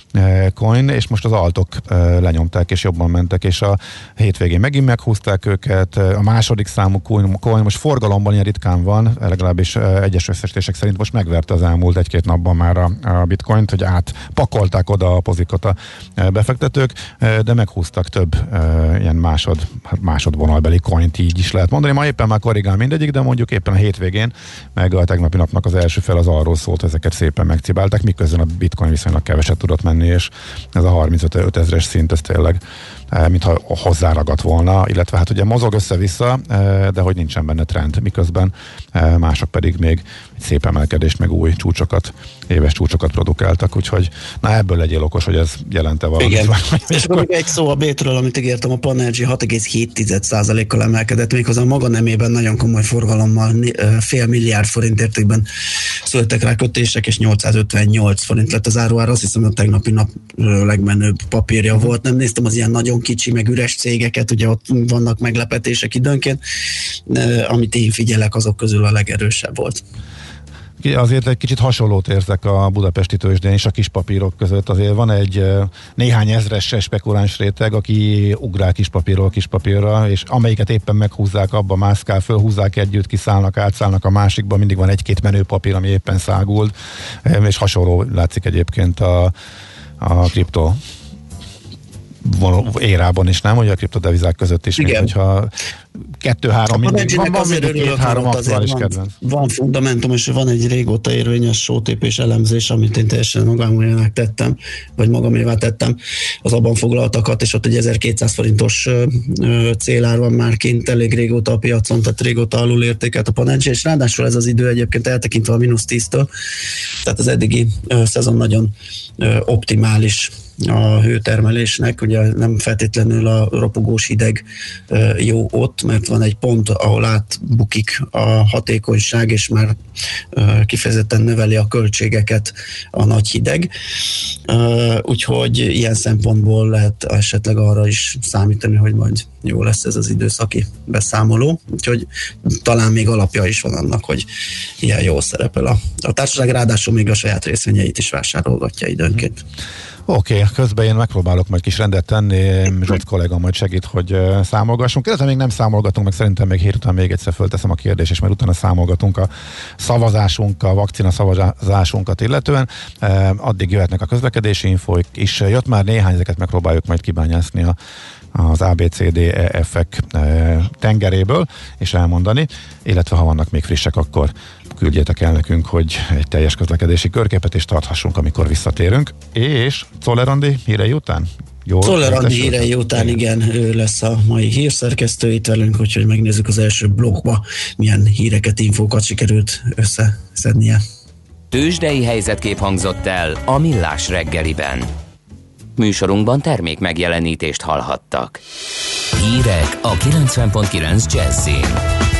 coin, és most az altok lenyomták, és jobban mentek, és a hétvégén megint meghúzták őket. A második számú coin, coin most forgalomban ilyen ritkán van, legalábbis egyes összesítések szerint most megverte az elmúlt egy-két napban már a, a bitcoint, hogy átpakolták oda a pozikot a befektetők, de meghúztak több ilyen másod, másodvonalbeli coint, így is lehet mondani. Ma éppen már korrigál mindegyik, de mondjuk éppen a hétvégén, meg a tegnapi napnak az első fel az arról szólt, ezeket szépen megcibálták, miközben a bitcoin viszonylag keveset tudott menni, és ez a harmincöt ezres szint, ez tényleg mintha hozzáragadt volna, illetve hát ugye mozog össze-vissza, de hogy nincsen benne trend, miközben mások pedig még egy szép emelkedést, meg új csúcsokat, éves csúcsokat produkáltak, úgyhogy na ebből legyél okos, hogy ez jelente valamit. Igen, és akkor még egy szó a bé-ről, amit ígértem, a Panergy hat egész hét százalékkal emelkedett, méghozzá a maga nemében nagyon komoly forgalommal, fél milliárd forint értékben születtek rá kötések, és nyolcszázötvennyolc forint lett az áruár, azt hiszem, a tegnapi nap legmenőbb papírja uh-huh. volt, nem néztem az ilyen nagyon kicsi, meg üres cégeket, ugye ott vannak meglepetések időnként, amit én figyelek, azok közül a legerősebb volt. Azért egy kicsit hasonlót érzek a budapesti tőzsdén és a kis papírok között. Azért van egy néhány ezres spekuláns réteg, aki ugrál kis papírról kis papírra, és amelyiket éppen meghúzzák, abba mászkál, fölhúzzák együtt, kiszállnak, átszállnak a másikba, mindig van egy-két menő papír, ami éppen száguld, és hasonló látszik egyébként a, a kripto érában is, nem? Hogy a kriptodevizák között is, mint hogyha kettő-három mindig van, van mindig két-három aktuális kedvenc. Van fundamentum, és van egy régóta érvényes o té pés elemzés, amit én teljesen magáménak tettem, vagy magamévá tettem, az abban foglaltakat, és ott egy ezerkétszáz forintos célár van már kint elég régóta a piacon, tehát régóta alul értékelt a Panergy, és ráadásul ez az idő egyébként eltekintve a mínusz tíztől, tehát az eddigi szezon nagyon optimális a hőtermelésnek, ugye nem feltétlenül a ropogós hideg jó ott, mert van egy pont, ahol átbukik a hatékonyság, és már kifejezetten növeli a költségeket a nagy hideg. Úgyhogy ilyen szempontból lehet esetleg arra is számítani, hogy majd jó lesz ez az időszaki beszámoló. Úgyhogy talán még alapja is van annak, hogy ilyen jól szerepel a, a társaság, ráadásul még a saját részvényeit is vásárolgatja időnként. Oké, okay, közben én megpróbálok majd kis rendet tenni, Zsolt kollega majd segít, hogy uh, számolgassunk. Illetve még nem számolgatunk, meg szerintem még hét után még egyszer fölteszem a kérdést, és majd utána számolgatunk a szavazásunk, a vakcina szavazásunkat illetően. Uh, addig jöhetnek a közlekedési infók is. Jött már néhány, ezeket megpróbáljuk majd kibányászni a az á bé cé dé e ef-ek tengeréből, és elmondani, illetve ha vannak még frissek, akkor küldjétek el nekünk, hogy egy teljes közlekedési körképet is tarthassunk, amikor visszatérünk. És Czoller Andi hírei után? Czoller Andi hírei után, igen, ő lesz a mai hírszerkesztő itt velünk, úgyhogy megnézzük az első blokkba, milyen híreket, infókat sikerült összeszednie. Tőzsdei helyzetkép hangzott el a Millás reggeliben. Műsorunkban termék megjelenítést hallhattak. Hírek a kilencven pont kilenc Jazzin.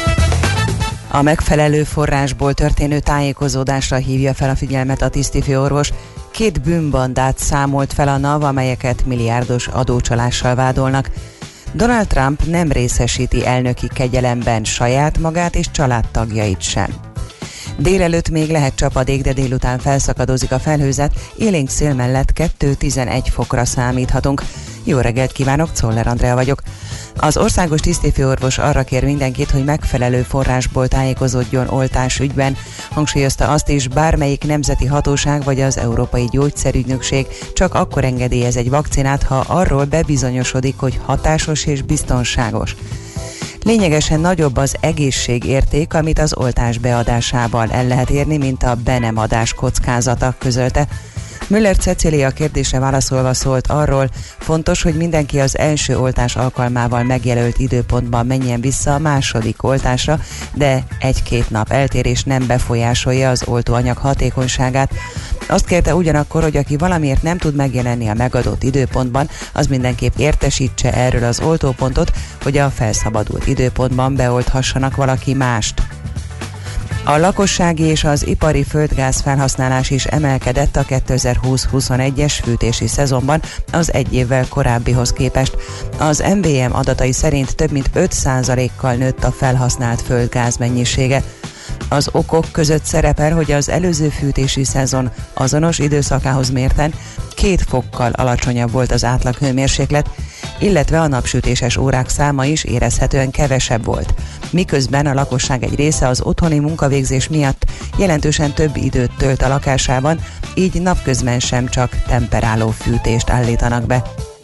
A megfelelő forrásból történő tájékozódásra hívja fel a figyelmet a tisztifőorvos. Két bűnbandát számolt fel a NAV, amelyeket milliárdos adócsalással vádolnak. Donald Trump nem részesíti elnöki kegyelemben saját magát és családtagjait sem. Délelőtt még lehet csapadék, de délután felszakadozik a felhőzet, élénk szél mellett kettő-tizenegy fokra számíthatunk. Jó reggelt kívánok, Czoller Andrea vagyok. Az országos tisztifőorvos arra kér mindenkit, hogy megfelelő forrásból tájékozódjon oltás ügyben. Hangsúlyozta azt is, bármelyik nemzeti hatóság vagy az Európai Gyógyszerügynökség csak akkor engedélyez egy vakcinát, ha arról bebizonyosodik, hogy hatásos és biztonságos. Lényegesen nagyobb az egészségérték, amit az oltás beadásával el lehet érni, mint a be nem adás kockázata, közölte. Müller Cecília kérdésre válaszolva szólt arról, fontos, hogy mindenki az első oltás alkalmával megjelölt időpontban menjen vissza a második oltásra, de egy-két nap eltérés nem befolyásolja az oltóanyag hatékonyságát. Azt kérte ugyanakkor, hogy aki valamiért nem tud megjelenni a megadott időpontban, az mindenképp értesítse erről az oltópontot, hogy a felszabadult időpontban beolthassanak valaki mást. A lakossági és az ipari földgáz felhasználás is emelkedett a kétezer-húsz-huszonegyes fűtési szezonban az egy évvel korábbihoz képest. Az em vé em adatai szerint több mint öt százalékkal nőtt a felhasznált földgáz mennyisége. Az okok között szerepel, hogy az előző fűtési szezon azonos időszakához mérten két fokkal alacsonyabb volt az átlag hőmérséklet, illetve a napsütéses órák száma is érezhetően kevesebb volt. Miközben a lakosság egy része az otthoni munkavégzés miatt jelentősen több időt tölt a lakásában, így napközben sem csak temperáló fűtést állítanak be.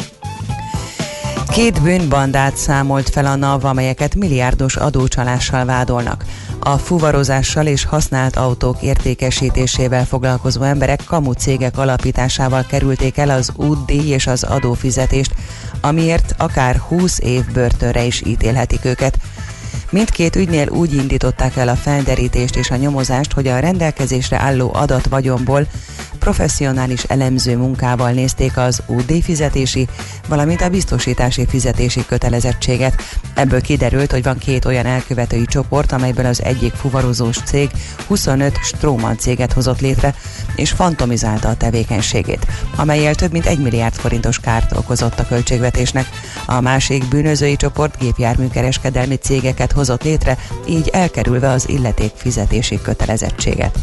Két bűnbandát számolt fel a NAV, amelyeket milliárdos adócsalással vádolnak. A fuvarozással és használt autók értékesítésével foglalkozó emberek kamu cégek alapításával kerülték el az útdíj és az adófizetést, amiért akár húsz év börtönre is ítélhetik őket. Mindkét ügynél úgy indították el a felderítést és a nyomozást, hogy a rendelkezésre álló adatvagyonból professzionális elemző munkával nézték az útdíjfizetési, valamint a biztosítási fizetési kötelezettséget. Ebből kiderült, hogy van két olyan elkövetői csoport, amelyből az egyik fuvarozós cég huszonöt Stroman céget hozott létre, és fantomizálta a tevékenységét, amellyel több mint egy milliárd forintos kárt okozott a költségvetésnek. A másik bűnözői csoport gépjárműkereskedelmi cégeket hozott létre, így elkerülve az illeték fizetési kötelezettséget.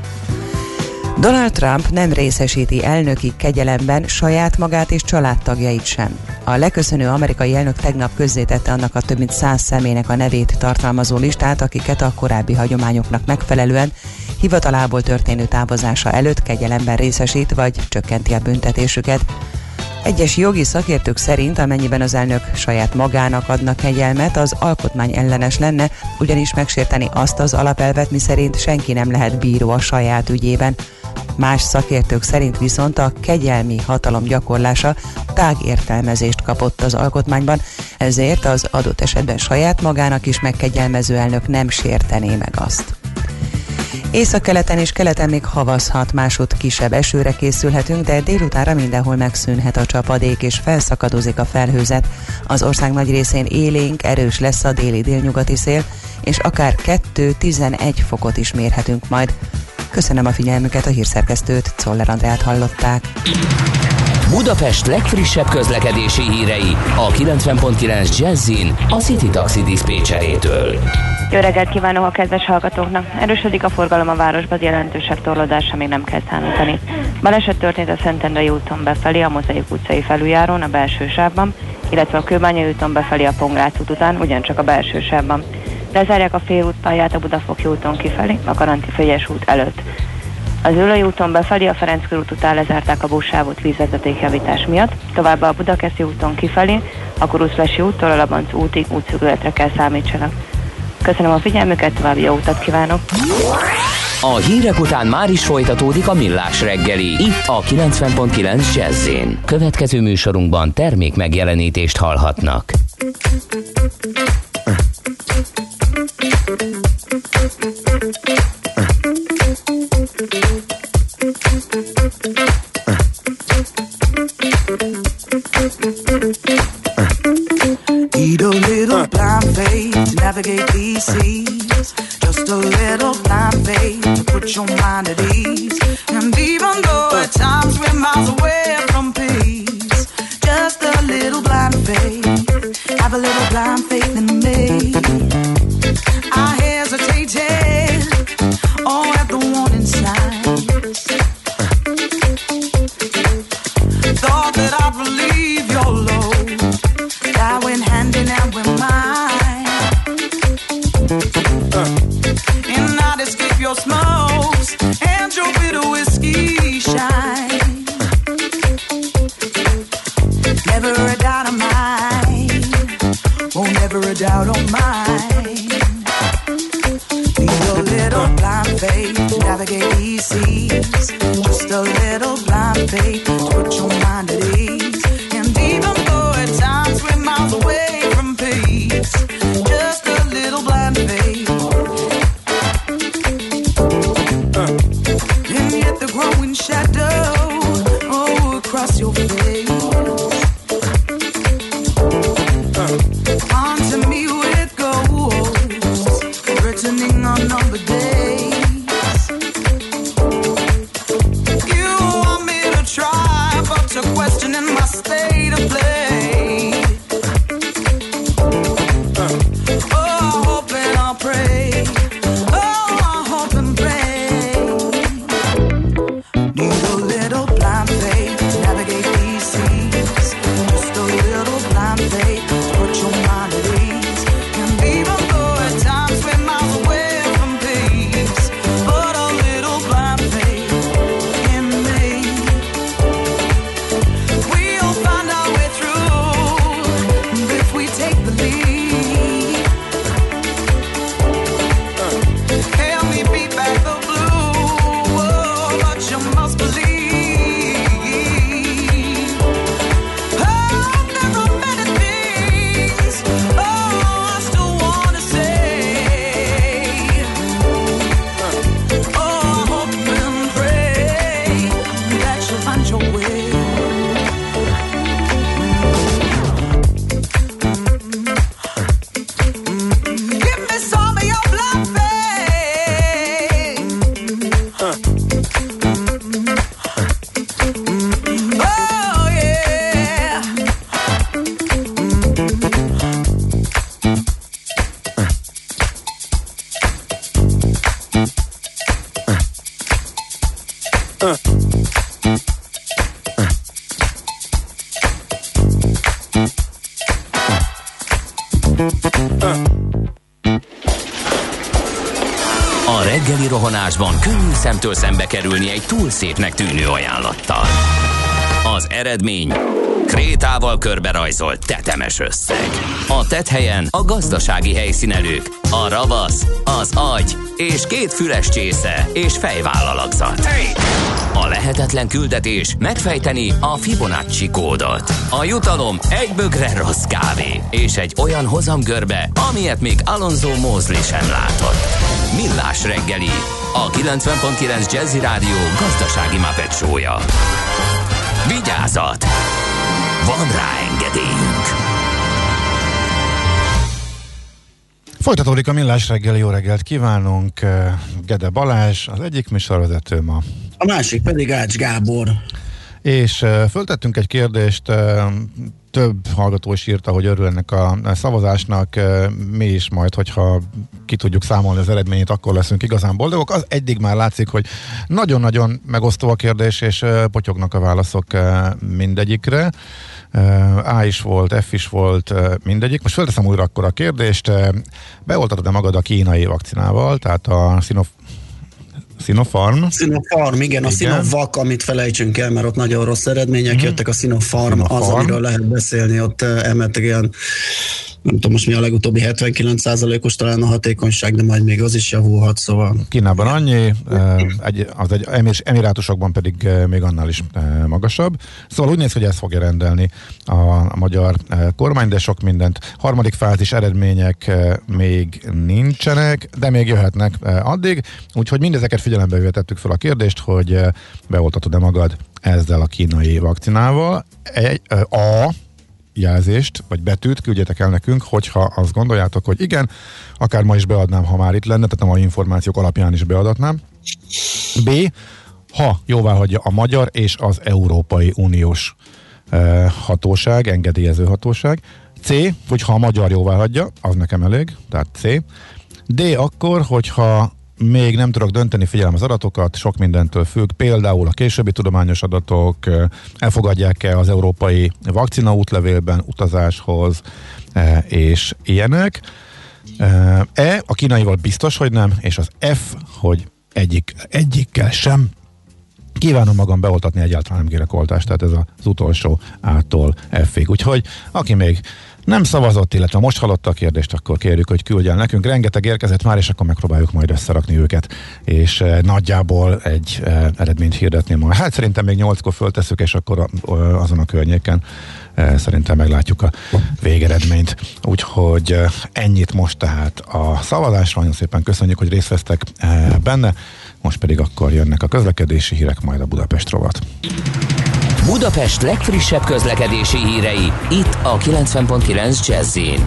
Donald Trump nem részesíti elnöki kegyelemben saját magát és családtagjait sem. A leköszönő amerikai elnök tegnap közzétette annak a több mint száz személynek a nevét tartalmazó listát, akiket a korábbi hagyományoknak megfelelően hivatalából történő távozása előtt kegyelemben részesít vagy csökkenti a büntetésüket. Egyes jogi szakértők szerint, amennyiben az elnök saját magának adna kegyelmet, az alkotmány ellenes lenne, ugyanis megsérteni azt az alapelvet, miszerint senki nem lehet bíró a saját ügyében. Más szakértők szerint viszont a kegyelmi hatalom gyakorlása tág értelmezést kapott az alkotmányban, ezért az adott esetben saját magának is megkegyelmező elnök nem sértené meg azt. Északkeleten és keleten még havazhat, másút kisebb esőre készülhetünk, de délutánra mindenhol megszűnhet a csapadék és felszakadozik a felhőzet. Az ország nagy részén élénk, erős lesz a déli-délnyugati szél, és akár kettő-tizenegy fokot is mérhetünk majd. Köszönöm a figyelmüket, a hírszerkesztőt, Czoller Andreát hallották. Budapest legfrissebb közlekedési hírei a kilencven pont kilenc Jazzin a City Taxi diszpécserétől. Jó reggelt kívánok a kedves hallgatóknak! Erősödik a forgalom a városban, jelentősebb torlódásra még nem kell számítani. Baleset történt a Szentendrei úton befelé, a Mozaik utcai felüljárón, a belső sávban, illetve a Kőbányai úton befelé a Pongrác út után, ugyancsak a belső sávban. Lezárják a félútpályát a Budafoki úton kifelé, a Karanti-Frigyes út előtt. Az Üllői úton befelé a Ferenc körút után lezárták a buszsávot vízvezetékjavítás miatt, továbbá a Budakeszi úton kifelé, A Kuruszlási úttól a Labanc útig útszűkületre kell számítsanak. Köszönöm a figyelmüket, további jó utat kívánok! A hírek után már is folytatódik a Millás reggeli, itt a kilencven pont kilenc Jazz-én. Következő műsorunkban termék megjelenítést hallhatnak. Need a little blind faith to navigate these seas. Just a little blind faith to put your mind at ease. And even though at times we're miles away from peace, just a little blind faith, have a little blind faith in me. I hesitated, all at the warning signs. Thought that I'd relieve your load, that went hand in hand with mine, uh. and I'd escape your smokes and your bitter whiskey shine. Never a doubt of mine, oh never a doubt of mine. Need a little blind faith to navigate these seas. Just a little blind faith to put your mind at ease. And even though at times we're miles away from peace, just a little blind faith. Uh. And yet the growing shadow, oh, across your face. Uh. Haunting me with ghosts, returning on number days. You want me to try, but you're questioning my state of play. Uh. Oh, I hope and I'll pray. Oh, I hope and pray. Need a little blind faith to navigate these seas. Just a little blind faith to put your mind at ease. And even though at times we're miles away from peace, but a little blind faith in me. We'll find our way through if we take the lead. Uh, help me beat back the blue, oh, but you must believe. Oh, there are many things, oh, I still wanna say. Uh, oh, I hope and pray that you'll find your way. Give me some of your blind faith. Uh. Oh, yeah. A reggeli rohanásban könnyű szemtől szembe kerülni egy túl szépnek tűnő ajánlattal. Az eredmény krétával körberajzolt tetemes összeg. A tetthelyen a gazdasági helyszínelők, a ravasz, az agy és két füles csésze és fejvállalakzat. A lehetetlen küldetés megfejteni a Fibonacci kódot. A jutalom egy bögre rossz kávé és egy olyan hozamgörbe, amilyet még Alonso Mosley sem látott. Millás reggeli, a kilencven pont kilenc Jazzy Rádió gazdasági Muppet show-ja. Vigyázat! Van rá engedélyünk! Folytatódik a Millás reggeli, jó reggelt kívánunk! Gede Balázs, az egyik műsorvezető ma. A másik pedig Ács Gábor. És uh, föltettünk egy kérdést, uh, több hallgató is írta, hogy örül ennek a szavazásnak, uh, mi is majd, hogyha ki tudjuk számolni az eredményét, akkor leszünk igazán boldogok. Az eddig már látszik, hogy nagyon-nagyon megosztó a kérdés, és uh, potyognak a válaszok uh, mindegyikre. Uh, A is volt, F is volt, uh, mindegyik. Most felteszem újra akkor a kérdést. Uh, beoltatod-e magad a kínai vakcinával, tehát a Sinof Sinopharm. Sinopharm, igen, a igen. Sinovac, amit felejtsünk el, mert ott nagyon rossz eredmények mm-hmm. jöttek, a Sinopharm, Sinopharm az, amiről lehet beszélni, ott emeltek ilyen, nem tudom most mi a legutóbbi hetvenkilenc százalékos talán a hatékonyság, de majd még az is javulhat, szóval. Kínában annyi, egy, az egy Emirátusokban pedig még annál is magasabb. Szóval úgy néz, hogy ezt fogja rendelni a, a magyar kormány, de sok mindent. Harmadik fázis eredmények még nincsenek, de még jöhetnek addig, úgyhogy mindezeket figyelembe vetettük fel a kérdést, hogy beoltatod-e magad ezzel a kínai vakcinával. Egy, a jelzést, vagy betűt küldjetek el nekünk, hogyha azt gondoljátok, hogy igen, akár ma is beadnám, ha már itt lenne, tehát a mai információk alapján is beadatnám. B. Ha jóvá hagyja a magyar és az Európai Uniós eh, hatóság, engedélyező hatóság. C. Hogyha a magyar jóvá hagyja, az nekem elég, tehát C. D. Akkor, hogyha még nem tudok dönteni, figyelem az adatokat, sok mindentől függ, például a későbbi tudományos adatok, elfogadják-e az európai vakcina útlevélben utazáshoz, és ilyenek. E, a kínaival biztos, hogy nem, és az F, hogy egyik, egyikkel sem. Kívánom magam beoltatni, egyáltalán nem kérek oltást, tehát ez az utolsó A-tól F-ig. Úgyhogy aki még nem szavazott, illetve most hallotta a kérdést, akkor kérjük, hogy küldjen nekünk. Rengeteg érkezett már, és akkor megpróbáljuk majd összerakni őket, és e, nagyjából egy e, eredményt hirdetni ma. Hát szerintem még nyolckor föltesszük, és akkor a, azon a környéken e, szerintem meglátjuk a végeredményt. Úgyhogy e, ennyit most tehát a szavazásra. Nagyon szépen köszönjük, hogy részt vesztek e, benne. Most pedig akkor jönnek a közlekedési hírek, majd a Budapest rovat. Budapest legfrissebb közlekedési hírei, itt a kilencven pont kilenc Jazz-in.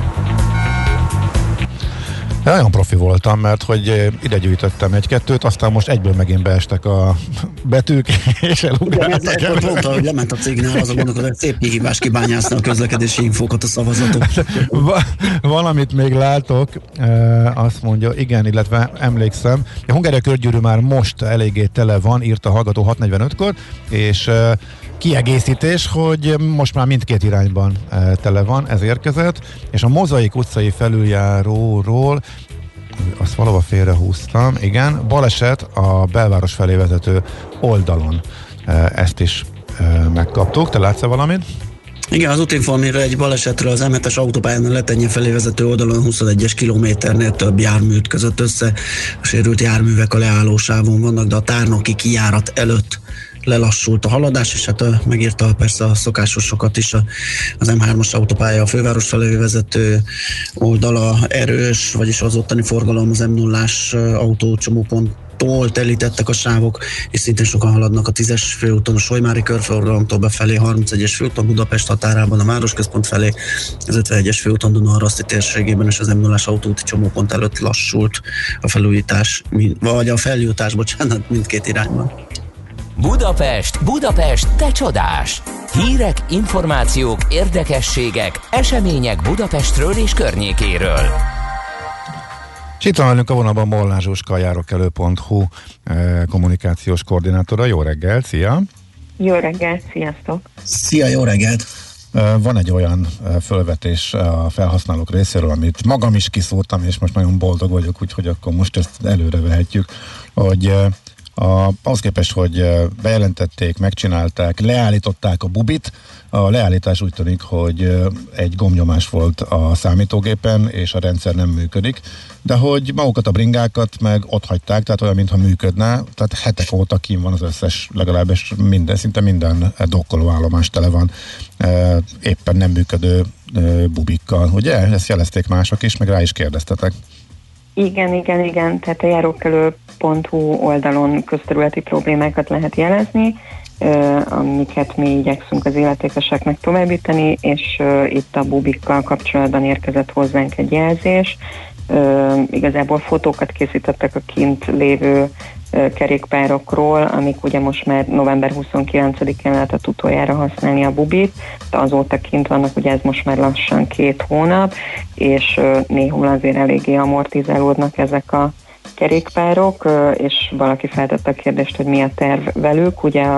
Nagyon profi voltam, mert hogy ide gyűjtöttem egy-kettőt, aztán most egyből megint beestek a betűk, és elugráltak el. Mondta, hogy lement a cégnél, azon gondolkodom, hogy szép kihívás kibányászni a közlekedési infókat a szavazatok. Va- valamit még látok, e, azt mondja, igen, illetve emlékszem, a Hungária körgyűrű már most eléggé tele van, írta a hallgató hat negyvenötkor, és e, kiegészítés, hogy most már mindkét irányban e, tele van, ez érkezett, és a Mozaik utcai felüljáróról, azt valahol félrehúztam, igen, baleset a belváros felé vezető oldalon, e, ezt is e, megkaptuk. Te látsz valamit? Igen, az Útinformira egy balesetről az em hetes autópályán a Letenye felé vezető oldalon huszonegyes kilométernél több jármű ütközött össze. A sérült járművek a leállósávon vannak, de a tárnoki kijárat előtt lelassult a haladás, és hát megírta persze a szokásosokat is az em hármas autópálya a főváros felé vezető oldala erős, vagyis az ottani forgalom az em nullás autócsomópont tól telítettek a sávok, és szintén sokan haladnak a tízes főúton, a Solymári körforgalomtól befelé, harmincegyes főúton Budapest határában, a Városközpont felé, az ötvenegyes főúton Dunaharaszti térségében, és az em nullás autóúti csomópont előtt lassult a felújítás, vagy a feljutás, bocsánat, mindkét irányban. Budapest, Budapest, te csodás! Hírek, információk, érdekességek, események Budapestről és környékéről. És itt van velünk a vonalban Molnár Zsuzska, a járókelő pont hu kommunikációs koordinátora. Jó reggel, szia! Jó reggel, sziasztok! Szia, jó reggelt! Van egy olyan felvetés a felhasználók részéről, amit magam is kiszúrtam, és most nagyon boldog vagyok, úgyhogy akkor most ezt előre vehetjük, hogy A, ahhoz képest, hogy bejelentették, megcsinálták, leállították a bubit, a leállítás úgy tűnik, hogy egy gombnyomás volt a számítógépen, és a rendszer nem működik, de hogy magukat a bringákat meg ott hagyták, tehát olyan, mintha működne, tehát hetek óta kín van az összes, legalábbis minden, szinte minden dokkolóállomás tele van éppen nem működő bubikkal, ugye? Ezt jelezték mások is, meg rá is kérdeztetek. Igen, igen, igen, tehát a járókelő pont hu oldalon közterületi problémákat lehet jelezni, amiket mi igyekszünk az illetékeseknek továbbítani, és itt a bubikkal kapcsolatban érkezett hozzánk egy jelzés. Igazából fotókat készítettek a kint lévő kerékpárokról, amik ugye most már november huszonkilencedikén lehetett utoljára használni a bubit, de azóta kint vannak, ugye ez most már lassan két hónap, és néhol azért eléggé amortizálódnak ezek a kerékpárok, és valaki feltette a kérdést, hogy mi a terv velük. Ugye a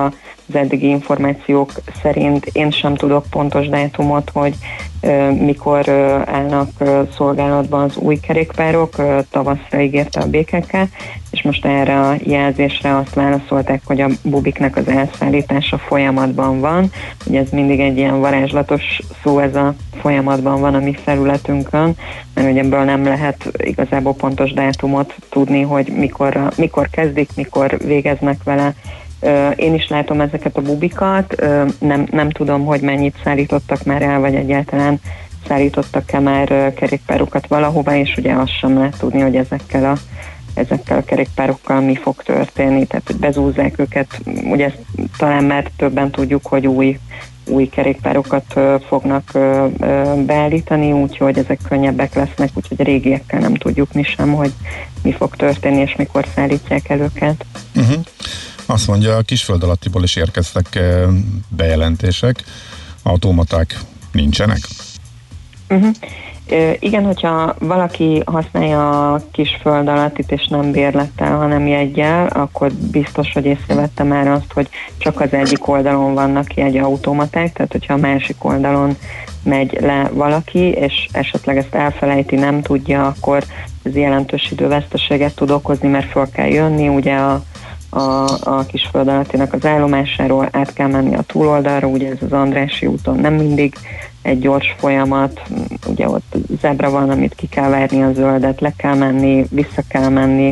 az eddigi információk szerint én sem tudok pontos dátumot, hogy ö, mikor ö, állnak ö, szolgálatban az új kerékpárok, ö, tavaszra ígérte a bé ká ká, és most erre a jelzésre azt válaszolták, hogy a bubiknek az elszállítása folyamatban van. Ugye ez mindig egy ilyen varázslatos szó, ez a folyamatban van a mi felületünkön, mert ugye ebből nem lehet igazából pontos dátumot tudni, hogy mikor, mikor kezdik, mikor végeznek vele. Én is látom ezeket a bubikat, nem, nem tudom, hogy mennyit szállítottak már el, vagy egyáltalán szállítottak-e már kerékpárokat valahova, és ugye azt sem lehet tudni, hogy ezekkel a, ezekkel a kerékpárokkal mi fog történni, tehát hogy bezúzzák őket, ugye talán már többen tudjuk, hogy új, új kerékpárokat fognak beállítani, úgyhogy ezek könnyebbek lesznek, úgyhogy a régiekkel nem tudjuk mi sem, hogy mi fog történni, és mikor szállítják el őket. Uh-huh. Azt mondja, a Kisföld alattiból is érkeztek bejelentések, automaták nincsenek? Uh-huh. Ö, igen, hogyha valaki használja a Kisföld alattit és nem bérlettel, hanem jeggyel, akkor biztos, hogy észrevette már azt, hogy csak az egyik oldalon vannak jegyautomaták, tehát hogyha a másik oldalon megy le valaki, és esetleg ezt elfelejti, nem tudja, akkor ez jelentős időveszteséget tud okozni, mert föl kell jönni, ugye a A, a Kisföld alattinak az állomásáról, át kell menni a túloldalra, ugye ez az Andrássy úton nem mindig egy gyors folyamat, ugye ott zebra van, amit ki kell várni, a zöldet le kell menni, vissza kell menni,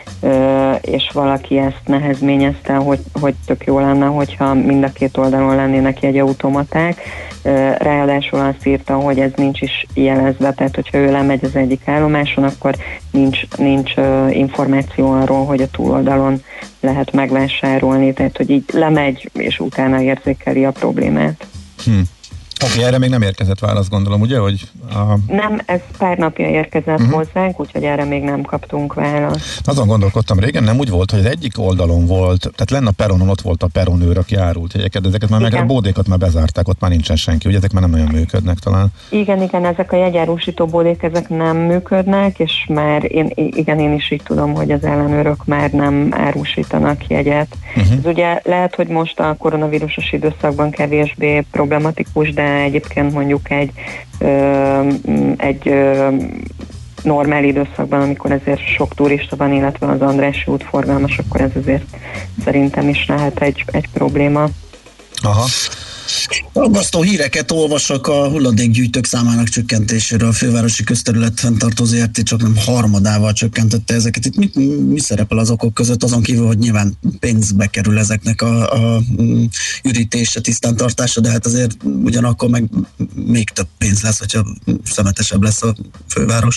és valaki ezt nehezményezte, hogy, hogy tök jó lenne, hogyha mind a két oldalon lennének jegyautomaták. Ráadásul azt írta, hogy ez nincs is jelezve, tehát hogyha ő lemegy az egyik állomáson, akkor nincs, nincs információ arról, hogy a túloldalon lehet megvásárolni, tehát hogy így lemegy, és utána érzékeli a problémát. Hm. Oké, okay, erre még nem érkezett válasz, gondolom, ugye? Hogy a... Nem, ez pár napja érkezett uh-huh. hozzánk, úgyhogy erre még nem kaptunk választ. Azon gondolkodtam, régen nem úgy volt, hogy az egyik oldalon volt, tehát lenne a peronon, ott volt a peronőr, aki árult helyeket, de ezeket már igen. meg a bódékat már bezárták, ott már nincsen senki, ugye ezek már nem nagyon működnek talán. Igen, igen, ezek a jegyárusító bódék, ezek nem működnek, és már én, igen, én is így tudom, hogy az ellenőrök már nem árusítanak jegyet. Uh-huh. Ez ugye lehet, hogy most a koronavírusos időszakban kevésbé problematikus, de egyébként mondjuk egy, ö, egy ö, normál időszakban, amikor ezért sok turista van, illetve az Andrássy út forgalmas, akkor ez azért szerintem is lehet egy, egy probléma. Aha. Aggasztó híreket olvasok a hulladékgyűjtők számának csökkentéséről. A fővárosi közterület fenntartó zé er té csak nem harmadával csökkentette ezeket. Itt mi, mi szerepel az okok között, azon kívül, hogy nyilván pénzbe kerül ezeknek a, a ürítése, tisztántartása, de hát azért ugyanakkor meg még több pénz lesz, hogyha szemetesebb lesz a főváros.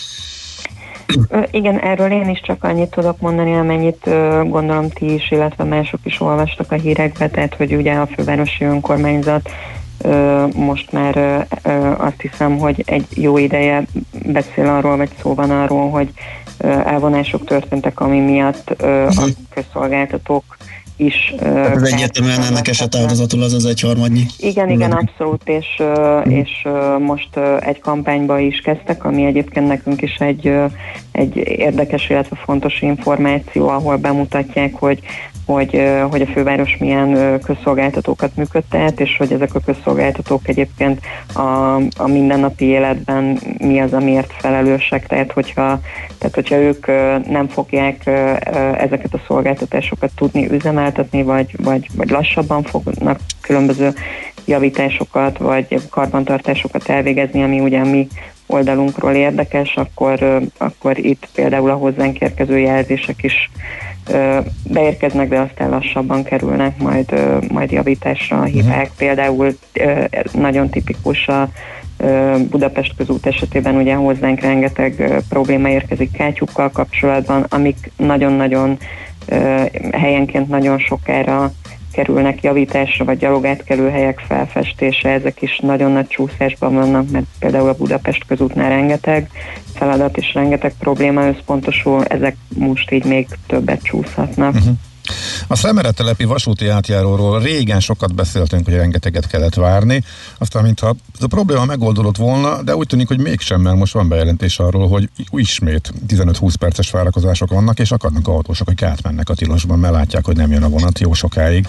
Igen, erről én is csak annyit tudok mondani, amennyit gondolom ti is, illetve mások is olvastak a hírekbe, tehát hogy ugye a fővárosi önkormányzat most már azt hiszem, hogy egy jó ideje beszél arról, vagy szó van arról, hogy elvonások történtek, ami miatt a közszolgáltatók is... Tehát ez egyértelműen ennek eset áldozatul az az egyharmadnyi. Igen, igen, abszolút, és, és most egy kampányba is kezdtek, ami egyébként nekünk is egy, egy érdekes, illetve fontos információ, ahol bemutatják, hogy Hogy, hogy a főváros milyen közszolgáltatók működtet, és hogy ezek a közszolgáltatók egyébként a, a mindennapi életben mi az, amiért felelősek, tehát hogyha, tehát hogyha ők nem fogják ezeket a szolgáltatásokat tudni üzemeltetni, vagy, vagy, vagy lassabban fognak különböző javításokat, vagy karbantartásokat elvégezni, ami ugye mi oldalunkról érdekes, akkor, akkor itt például a hozzánk érkező jelzések is beérkeznek, de aztán lassabban kerülnek majd, majd javításra a hibák. Uh-huh. Például nagyon tipikus a Budapest közút esetében ugye hozzánk rengeteg probléma érkezik kátyukkal kapcsolatban, amik nagyon-nagyon helyenként nagyon sokára kerülnek javításra, vagy gyalogátkelő helyek felfestése, ezek is nagyon nagy csúszásban vannak, mert például a Budapest közútnál rengeteg feladat és rengeteg probléma összpontosul, ezek most így még többet csúszhatnak. Uh-huh. A Szemeretelepi vasúti átjáróról régen sokat beszéltünk, hogy rengeteget kellett várni, aztán mintha ez a probléma megoldódott volna, de úgy tűnik, hogy mégsem, mert most van bejelentés arról, hogy ismét tizenöt-húsz perces várakozások vannak, és akadnak autósok, hogy átmennek a tilosban, mert látják, hogy nem jön a vonat jó sokáig.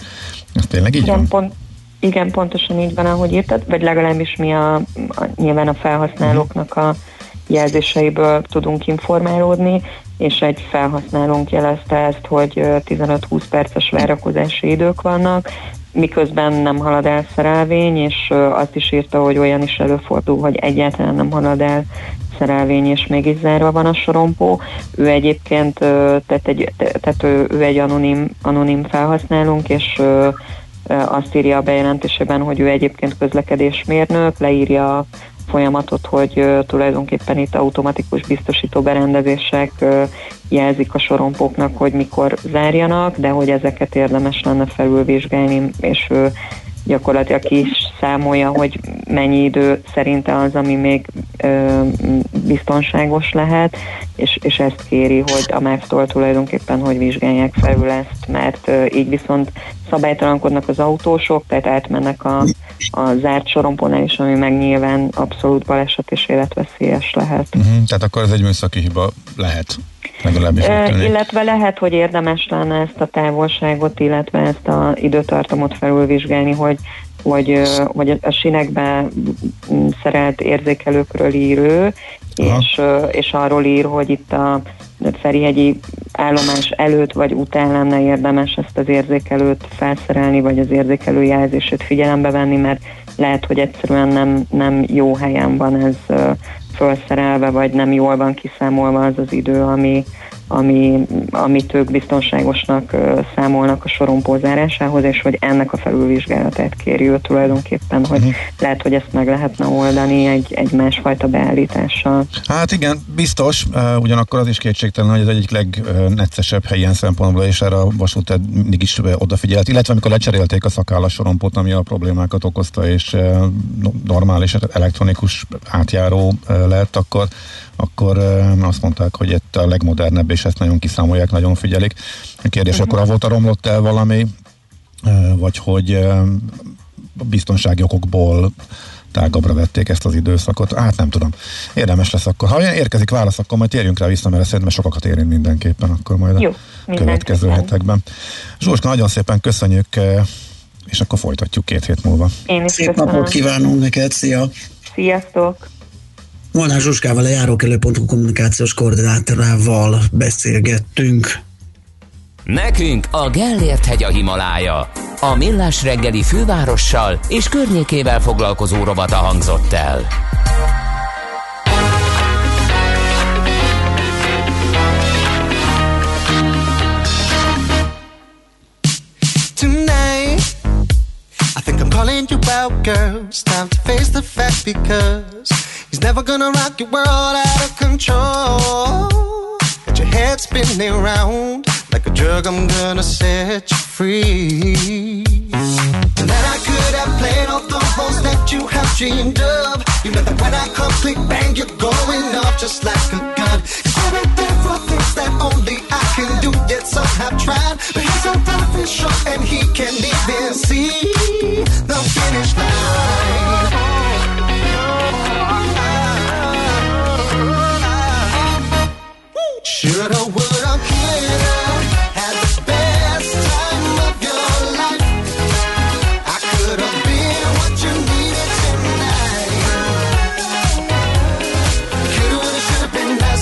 Ez tényleg így igen, van? Pont, igen, pontosan így van, ahogy írtad, vagy legalábbis mi a, a nyilván a felhasználóknak a jelzéseiből tudunk informálódni, és egy felhasználónk jelezte ezt, hogy tizenöt-húsz perces várakozási idők vannak, miközben nem halad el szerelvény, és azt is írta, hogy olyan is előfordul, hogy egyáltalán nem halad el szerelvény, és mégis zárva van a sorompó. Ő egyébként tehát egy, tehát ő, ő egy anonim, anonim felhasználónk, és azt írja a bejelentésében, hogy ő egyébként közlekedésmérnök, leírja a folyamatot, hogy uh, tulajdonképpen itt automatikus biztosító berendezések uh, jelzik a sorompóknak, hogy mikor zárjanak, de hogy ezeket érdemes lenne felülvizsgálni, és ő uh, gyakorlatilag ki is számolja, hogy mennyi idő szerinte az, ami még uh, biztonságos lehet, és, és ezt kéri, hogy a MÁV-tól tulajdonképpen, hogy vizsgálják felül ezt, mert uh, így viszont szabálytalankodnak az autósok, tehát átmennek a, a zárt sorompónál is, ami meg nyilván abszolút baleset és életveszélyes lehet. Uh-huh, tehát akkor ez egy műszaki hiba lehet, legalábbis. E, illetve lehet, hogy érdemes lenne ezt a távolságot, illetve ezt az időtartamot felülvizsgálni, hogy, hogy, hogy a sinekbe szerelt érzékelőkről ír ő, és, és arról ír, hogy itt a Ferihegyi állomás előtt vagy után lenne érdemes ezt az érzékelőt felszerelni, vagy az érzékelő jelzését figyelembe venni, mert lehet, hogy egyszerűen nem, nem jó helyen van ez felszerelve, vagy nem jól van kiszámolva az az idő, ami, ami, amit ők biztonságosnak számolnak a sorompó zárásához, és hogy ennek a felülvizsgálatát kéri ő tulajdonképpen, hogy uh-huh. lehet, hogy ezt meg lehetne oldani egy, egy másfajta beállítással. Hát igen, biztos, ugyanakkor az is kétségtelen, hogy az egyik legneccesebb hely ilyen szempontból, és erre a vasút mindig is odafigyelt, illetve amikor lecserélték a szakállas sorompót, ami a problémákat okozta, és normális elektronikus átjáró lett, akkor akkor azt mondták, hogy itt a legmodernebb, és ezt nagyon kiszámolják, nagyon figyelik. A kérdés, uh-huh. akkor avóta romlott el valami, vagy hogy a biztonsági okokból tágabbra vették ezt az időszakot. Hát nem tudom. Érdemes lesz akkor. Ha érkezik válasz, akkor majd térjünk rá vissza, mert szerintem sokakat érint mindenképpen, akkor majd a Jó, következő hetekben. Zsuzska, nagyon szépen köszönjük, és akkor folytatjuk két hét múlva. Én is Szép köszönöm. napot kívánunk neked, szia! Sziasztok! Molnár Zsuskával, a járókelő pont hu kommunikációs koordinátorával beszélgettünk. Nekünk a Gellért hegy a Himalája. A Millás reggeli fővárossal és környékével foglalkozó rovata hangzott el. Tonight, I think I'm calling you out, girl. It's time to face the fact because he's never gonna rock your world out of control. Got your head spinning around like a drug, I'm gonna set you free. Tonight I could have played all the roles that you have dreamed of. You know that when I come click bang, you're going off just like a gun. Cause there ain't there for things that only I can do, yet some have tried. But he's a rough short and he can't even see the finish line. Shoulda, woulda, coulda, had the best time of your life. I could have been what you needed tonight. Coulda, woulda, shoulda been less.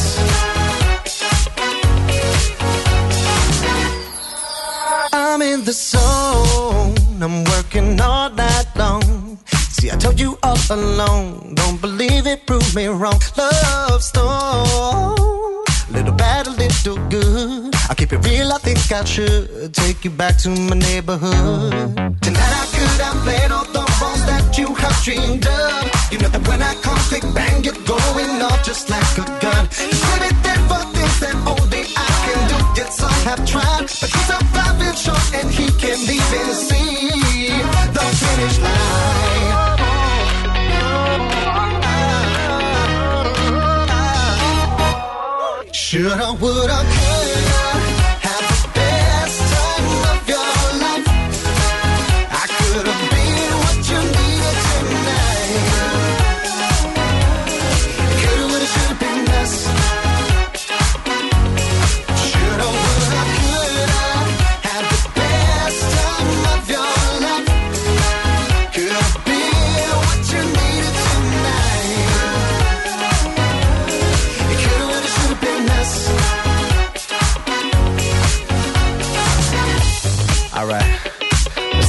I'm in the zone, I'm working all night long. See, I told you all along, don't believe it, prove me wrong. Love storm. Little bad, a little good. I'll keep it real, I think I should take you back to my neighborhood. Tonight I could have played all the roles that you have dreamed of. You know that when I come click bang, you're going off just like a gun. Cause I'm there for things that only I can do. Yet some have tried, but he's a private short and he can't even see the finish line. Shoulda, woulda, coulda, have the best time of your life. I could have been what you needed tonight. Coulda, woulda, shoulda been less. Shoulda, woulda, coulda, have the best time of your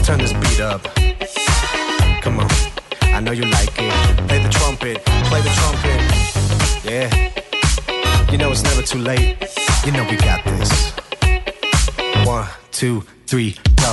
Turn this beat up. Come on. I know you like it. Play the trumpet. Play the trumpet. Yeah. You know it's never too late. You know we got this. One, two, three, go.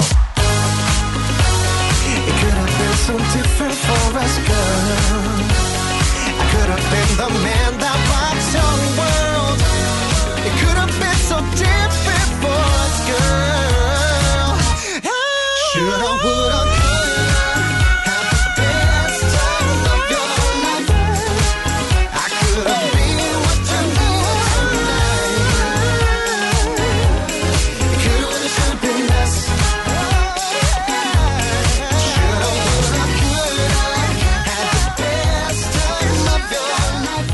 It could have been so different for us, girl. I could have been the man that rocks your world. It could have been so different for us, girl. Shoulda, woulda, coulda, had the best time of your life. I could have been what you need tonight. It could have, should have been us. Shoulda, woulda, coulda, had the best time of your life.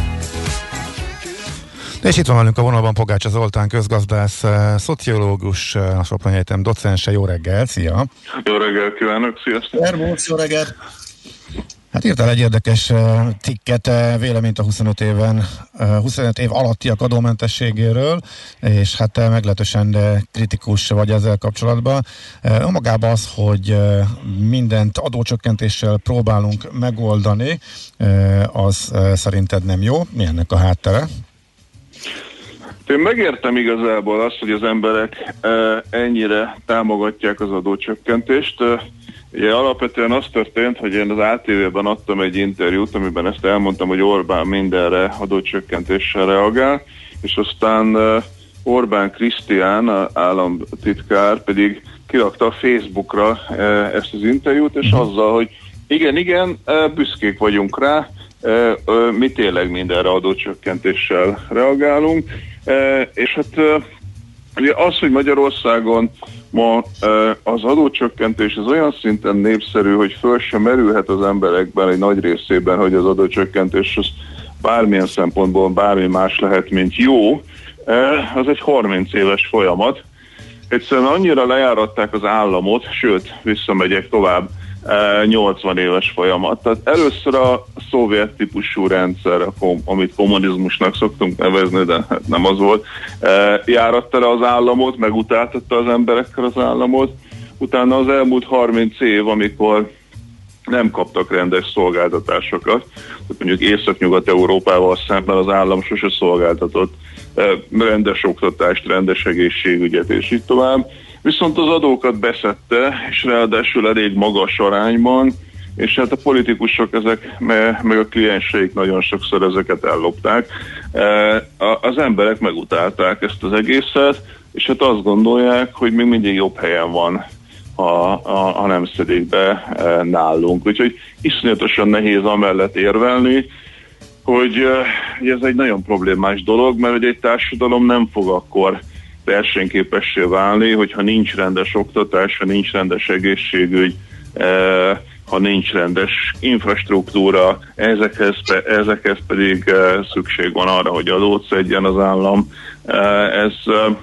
És itt van velünk a vonalban Pogácsa Zoltán, közgazdász, szociológus, a Soproni Egyetem docense. Jó reggel, szia! Jó reggel kívánok, sziasztok! Szervusz, jó reggelt! Hát írtál egy érdekes uh, cikket, uh, véleményt a huszonöt éven, uh, huszonöt év alattiak adómentességéről, és hát uh, meglehetősen uh, kritikus vagy ezzel kapcsolatban. Uh, magában az, hogy uh, mindent adócsökkentéssel próbálunk megoldani, uh, az uh, szerinted nem jó? Mi ennek a háttere? Én megértem igazából azt, hogy az emberek ennyire támogatják az adócsökkentést. Ugye alapvetően az történt, hogy én az á té vében adtam egy interjút, amiben ezt elmondtam, hogy Orbán mindenre adócsökkentéssel reagál, és aztán Orbán Krisztián, államtitkár pedig kirakta a Facebookra ezt az interjút, és azzal, hogy igen, igen, büszkék vagyunk rá, mi tényleg mindenre adócsökkentéssel reagálunk, és hát ugye az, hogy Magyarországon ma az adócsökkentés az olyan szinten népszerű, hogy föl sem merülhet az emberekben egy nagy részében, hogy az adócsökkentés az bármilyen szempontból bármi más lehet, mint jó, az egy harminc éves folyamat. Egyszerűen annyira lejáratták az államot, sőt, visszamegyek tovább, nyolcvan éves folyamat. Tehát először a szovjet típusú rendszer, amit kommunizmusnak szoktunk nevezni, de nem az volt, járatta le az államot, megutáltatta az emberekkel az államot. Utána az elmúlt harminc év, amikor nem kaptak rendes szolgáltatásokat, mondjuk Észak-Nyugat-Európával szemben az állam sose szolgáltatott rendes oktatást, rendes egészségügyet és így tovább. Viszont az adókat beszedte, és ráadásul elég magas arányban, és hát a politikusok ezek, meg a klienseik nagyon sokszor ezeket ellopták. Az emberek megutálták ezt az egészet, és hát azt gondolják, hogy még mindig jobb helyen van, ha, ha, ha nem szedik be nálunk. Úgyhogy iszonyatosan nehéz amellett érvelni, hogy ez egy nagyon problémás dolog, mert hogy egy társadalom nem fog akkor versenyképessé válni, hogyha nincs rendes oktatás, ha nincs rendes egészségügy, ha nincs rendes infrastruktúra, ezekhez, ezekhez pedig szükség van arra, hogy adót szedjen az állam. Ez,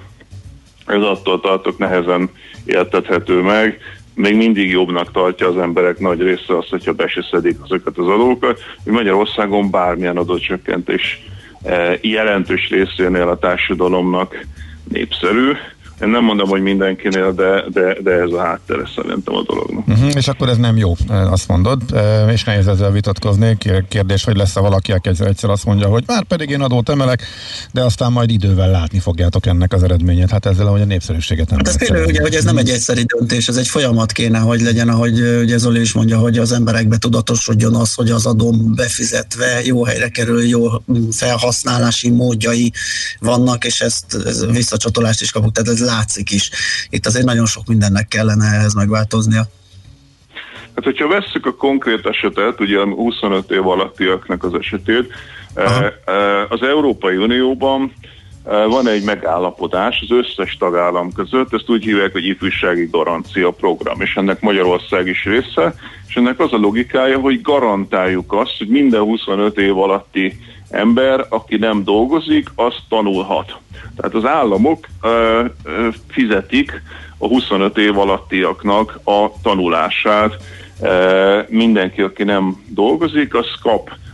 ez attól tartok nehezen értethető meg. Még mindig jobbnak tartja az emberek nagy része azt, hogyha be se szedik azokat az adókat, hogy Magyarországon bármilyen adócsökkentés jelentős részénél a társadalomnak népszerű. Én nem mondom, hogy mindenkinél, de, de, de ez a háttere szerintem a dolognak. Uh-huh, és akkor ez nem jó, azt mondod, és nehéz ezzel vitatkozni. Kérdés, hogy lesz-e valaki, aki egyszer azt mondja, hogy már pedig én adót emelek, de aztán majd idővel látni fogjátok ennek az eredményét. Hát ezzel, hogy a népszerűséget nem hát ez tényleg, ugye, hogy ez nem egy egyszeri döntés, ez egy folyamat kéne, hogy legyen, ahogy ugye Zoli is mondja, hogy az emberekbe tudatosodjon az, hogy az adóm befizetve jó helyre kerül, jó felhasználási módjai vannak, és ezt ez visszacsatolást is kapunk, tehát ez látszik is. Itt azért nagyon sok mindennek kellene ehhez megváltoznia. Hát, hogyha vesszük a konkrét esetet, ugye a huszonöt év alattiaknak az esetét, Aha. az Európai Unióban van egy megállapodás az összes tagállam között, ezt úgy hívják, hogy ifjúsági garancia program, és ennek Magyarország is része, és ennek az a logikája, hogy garantáljuk azt, hogy minden huszonöt év alatti ember, aki nem dolgozik, az tanulhat. Tehát az államok ö, ö, fizetik a huszonöt év alattiaknak a tanulását. Ö, mindenki, aki nem dolgozik, az kap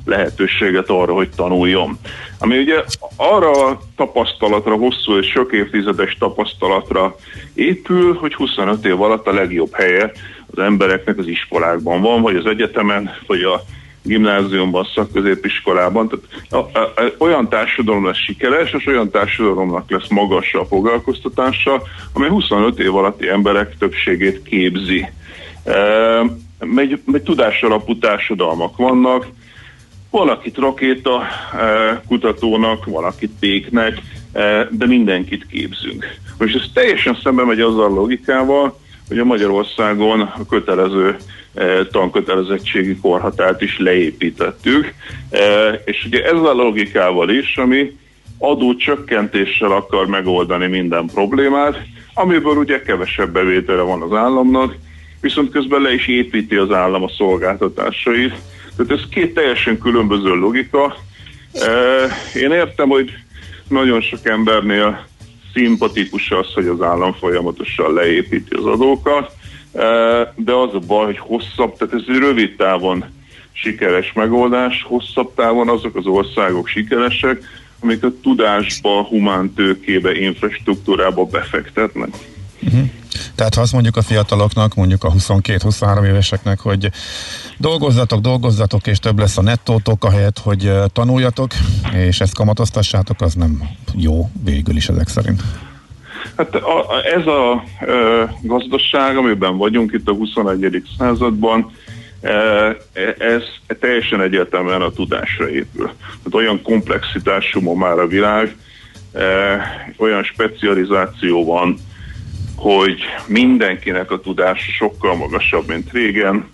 lehetőséget arra, hogy tanuljon. Ami ugye arra a tapasztalatra, hosszú és sok évtizedes tapasztalatra épül, hogy huszonöt év alatt a legjobb helye az embereknek az iskolákban van, vagy az egyetemen, vagy a gimnáziumban, szakközépiskolában. Tehát a, a, a, olyan társadalom lesz sikeres, és olyan társadalomnak lesz magas a foglalkoztatása, amely huszonöt év alatti emberek többségét képzi. E, megy, megy tudásalapú társadalmak vannak, valakit rakéta e, kutatónak, valakit péknek, e, de mindenkit képzünk. Most ez teljesen szembe megy azzal a logikával, hogy a Magyarországon a kötelező e, tankötelezettségi korhatárt is leépítettük, e, és ugye ezzel a logikával is, ami adócsökkentéssel akar megoldani minden problémát, amiből ugye kevesebb bevétele van az államnak, viszont közben le is építi az állam a szolgáltatásait. Tehát ez két teljesen különböző logika. E, én értem, hogy nagyon sok embernél szimpatikus az, hogy az állam folyamatosan leépíti az adókat, de az a baj, hogy hosszabb, tehát ez egy rövid távon sikeres megoldás, hosszabb távon azok az országok sikeresek, amik a tudásba, humántőkébe, infrastruktúrába befektetnek. Uh-huh. Tehát ha azt mondjuk a fiataloknak, mondjuk a huszonkét-huszonhárom éveseknek, hogy dolgozzatok, dolgozzatok, és több lesz a nettótok, ahelyett, hogy tanuljatok, és ezt kamatoztassátok, az nem jó végül is ezek szerint. Hát a, a, ez a e, gazdaság, amiben vagyunk itt a huszonegyedik században, e, ez teljesen egyértelműen a tudásra épül. Tehát olyan komplexitású ma már a világ, e, olyan specializáció van, hogy mindenkinek a tudása sokkal magasabb, mint régen.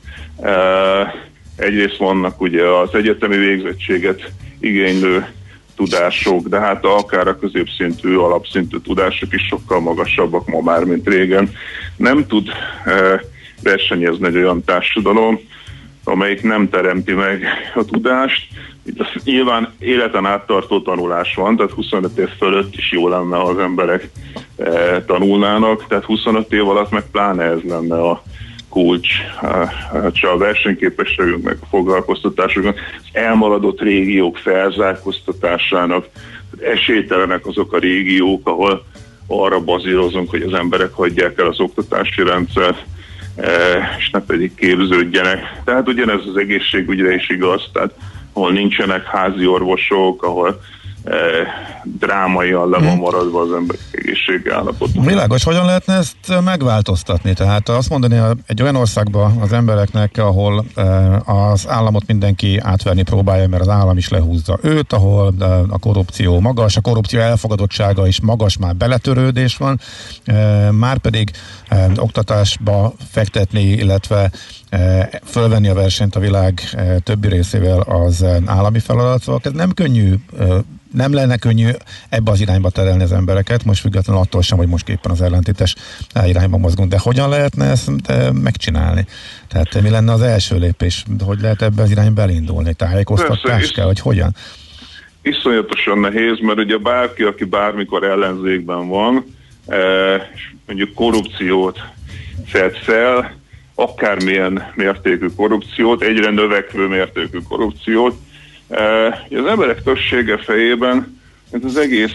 Egyrészt vannak ugye az egyetemi végzettséget igénylő tudások, de hát akár a középszintű, alapszintű tudások is sokkal magasabbak ma már, mint régen. Nem tud versenyezni egy olyan társadalom, amelyik nem teremti meg a tudást. Itt nyilván életen áttartó tanulás van, tehát huszonöt év fölött is jó lenne, ha az emberek e, tanulnának, tehát huszonöt év alatt meg pláne ez lenne a kulcs, csak a versenyképességünknek, a foglalkoztatásoknak, az elmaradott régiók felzárkóztatásának, esélytelenek azok a régiók, ahol arra bazírozunk, hogy az emberek hagyják el az oktatási rendszert, és ne pedig képződjenek. Tehát ugyanez az egészségügyre is igaz, tehát ahol nincsenek házi orvosok, ahol eh, drámaian le van maradva az emberek egészségállapota. Világos, hogyan lehetne ezt megváltoztatni? Tehát azt mondani egy olyan országban az embereknek, ahol eh, az államot mindenki átverni próbálja, mert az állam is lehúzza őt, ahol eh, a korrupció magas, a korrupció elfogadottsága is magas, már beletörődés van, eh, már pedig eh, oktatásba fektetni, illetve fölvenni a versenyt a világ többi részével az állami feladat, szóval ez nem könnyű, nem lenne könnyű ebbe az irányba terelni az embereket, most függetlenül attól sem, hogy most éppen az ellentétes irányba mozgunk, de hogyan lehetne ezt megcsinálni? Tehát mi lenne az első lépés, hogy lehet ebbe az irányba elindulni? Tájékoztatás kell, hogy hogyan? Iszonyatosan nehéz, mert ugye bárki, aki bármikor ellenzékben van, és mondjuk korrupciót fed fel, akármilyen mértékű korrupciót, egyre növekvő mértékű korrupciót. Az emberek többsége fejében ez az egész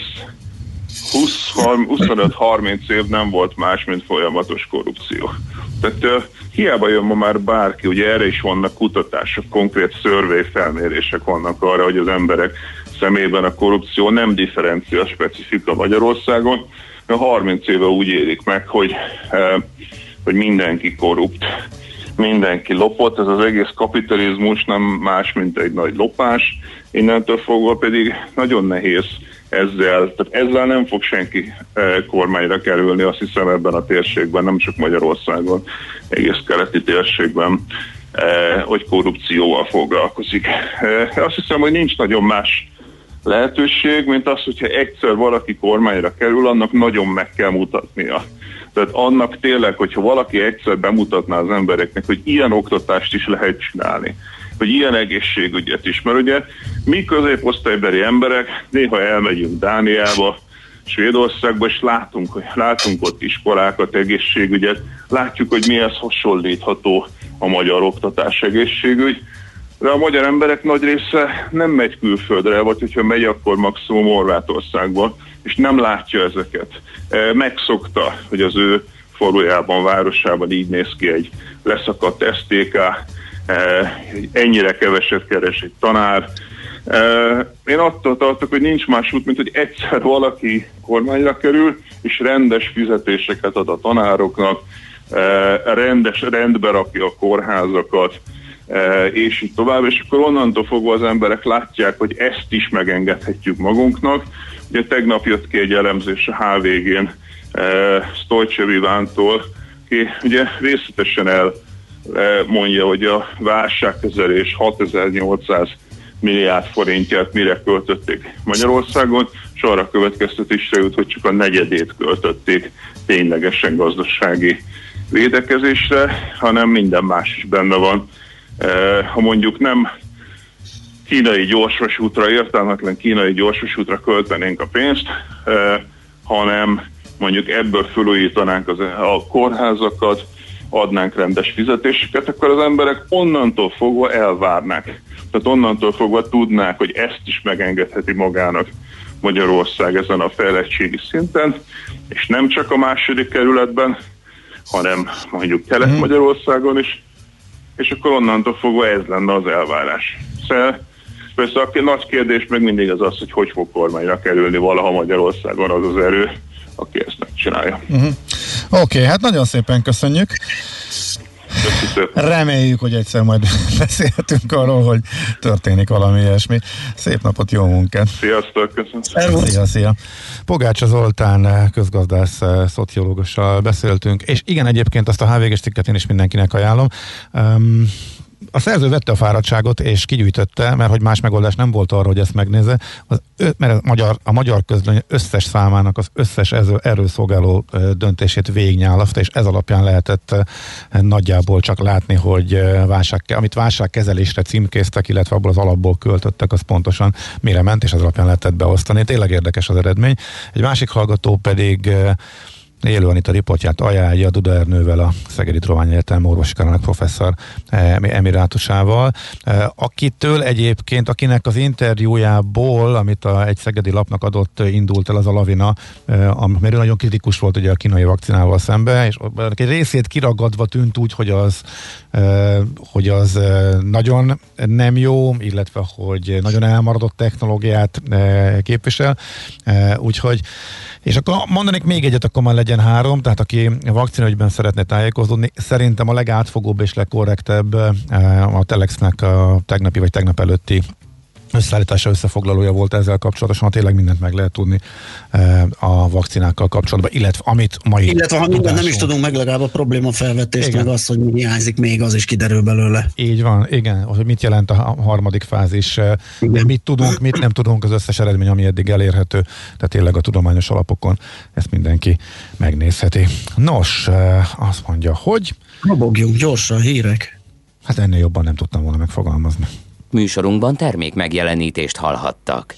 huszonöt-harminc év nem volt más, mint folyamatos korrupció. Tehát hiába jön ma már bárki, ugye erre is vannak kutatások, konkrét survey felmérések vannak arra, hogy az emberek szemében a korrupció nem differencia specifika Magyarországon, mert harminc éve úgy élik meg, hogy hogy mindenki korrupt, mindenki lopott, ez az egész kapitalizmus nem más, mint egy nagy lopás, innentől fogva pedig nagyon nehéz ezzel, tehát ezzel nem fog senki kormányra kerülni, azt hiszem ebben a térségben, nem csak Magyarországon, egész keleti térségben, hogy korrupcióval foglalkozik. Azt hiszem, hogy nincs nagyon más lehetőség, mint az, hogyha egyszer valaki kormányra kerül, annak nagyon meg kell mutatnia. Tehát annak tényleg, hogyha valaki egyszer bemutatná az embereknek, hogy ilyen oktatást is lehet csinálni, hogy ilyen egészségügyet is, mert ugye mi középosztálybeli emberek néha elmegyünk Dániába, Svédországba, és látunk, hogy látunk ott iskolákat, egészségügyet, látjuk, hogy mihez hasonlítható a magyar oktatás, egészségügy, de a magyar emberek nagy része nem megy külföldre, vagy hogyha megy, akkor maximum Horvátországba, és nem látja ezeket. Megszokta, hogy az ő falujában, városában így néz ki egy leszakadt es té ká, ennyire keveset keres egy tanár. Én attól tartok, hogy nincs más út, mint hogy egyszer valaki kormányra kerül, és rendes fizetéseket ad a tanároknak, rendes, rendbe rakja a kórházakat, és így tovább, és akkor onnantól fogva az emberek látják, hogy ezt is megengedhetjük magunknak. Ugye tegnap jött ki egy elemzés a há vé gén Sztojcsev Ivántól, ki ugye részletesen elmondja, hogy a válságkezelés hatezer-nyolcszáz milliárd forintját mire költötték Magyarországon, és arra következtetésre jut, hogy csak a negyedét költötték ténylegesen gazdasági védekezésre, hanem minden más is benne van. Ha mondjuk nem kínai gyorsvasútra, értelmetlen kínai gyorsvasútra költenénk a pénzt, hanem mondjuk ebből felújítanánk az, a kórházakat, adnánk rendes fizetéseket, akkor az emberek onnantól fogva elvárnák. Tehát onnantól fogva tudnák, hogy ezt is megengedheti magának Magyarország ezen a fejlettségi szinten, és nem csak a második kerületben, hanem mondjuk Kelet-Magyarországon is, és akkor onnantól fogva ez lenne az elvárás. Szóval persze a nagy kérdés meg mindig az az, hogy hogy fog kormányra kerülni valaha Magyarországon az az erő, aki ezt megcsinálja. Uh-huh. Oké, okay, hát nagyon szépen köszönjük. Reméljük, hogy egyszer majd beszélhetünk arról, hogy történik valami ilyesmi. Szép napot, jó munkát! Sziasztok, köszönöm! Szia, szia! Pogácsa Zoltán közgazdász szociológussal beszéltünk, és igen, egyébként azt a há vé gés cikket én is mindenkinek ajánlom. Um, A szerző vette a fáradtságot és kigyűjtötte, mert hogy más megoldás nem volt arra, hogy ezt megnézze, az, mert a magyar, a magyar közlöny összes számának az összes erről szolgáló döntését végignyálaszta, és ez alapján lehetett nagyjából csak látni, hogy válság, amit válságkezelésre címkéztek, illetve abból az alapból költöttek, az pontosan mire ment, és ez alapján lehetett beosztani. Tényleg érdekes az eredmény. Egy másik hallgató pedig Élő Anita riportját ajánlja Duda Ernővel, a Szegedi Tudományegyetem orvosikaranak professzor emirátusával, akitől egyébként, akinek az interjújából, amit a, egy szegedi lapnak adott, indult el az a lavina, amiről nagyon kritikus volt ugye a kínai vakcinával szembe, és egy részét kiragadva tűnt úgy, hogy az, hogy az nagyon nem jó, illetve hogy nagyon elmaradott technológiát képvisel, úgyhogy és akkor mondanék még egyet, akkor már legyen három, tehát aki vakcinaügyben szeretne tájékozódni, szerintem a legátfogóbb és legkorrektebb a Telexnek a tegnapi vagy tegnap előtti összeállítása, összefoglalója volt ezzel kapcsolatosan, tényleg mindent meg lehet tudni a vakcinákkal kapcsolatban, illetve amit mai Illetve ha minden nem is tudunk meg, legalább a probléma felvetést, meg az, hogy mi hiányzik még, az is kiderül belőle. Így van, igen, hogy mit jelent a harmadik fázis, igen. Mit tudunk, mit nem tudunk, az összes eredmény, ami eddig elérhető, tehát tényleg a tudományos alapokon ezt mindenki megnézheti. Nos, azt mondja, hogy... Robogjunk gyorsan, hírek. Hát ennél jobban nem tudtam volna megfogalmazni. Műsorunkban termék megjelenítést hallhattak.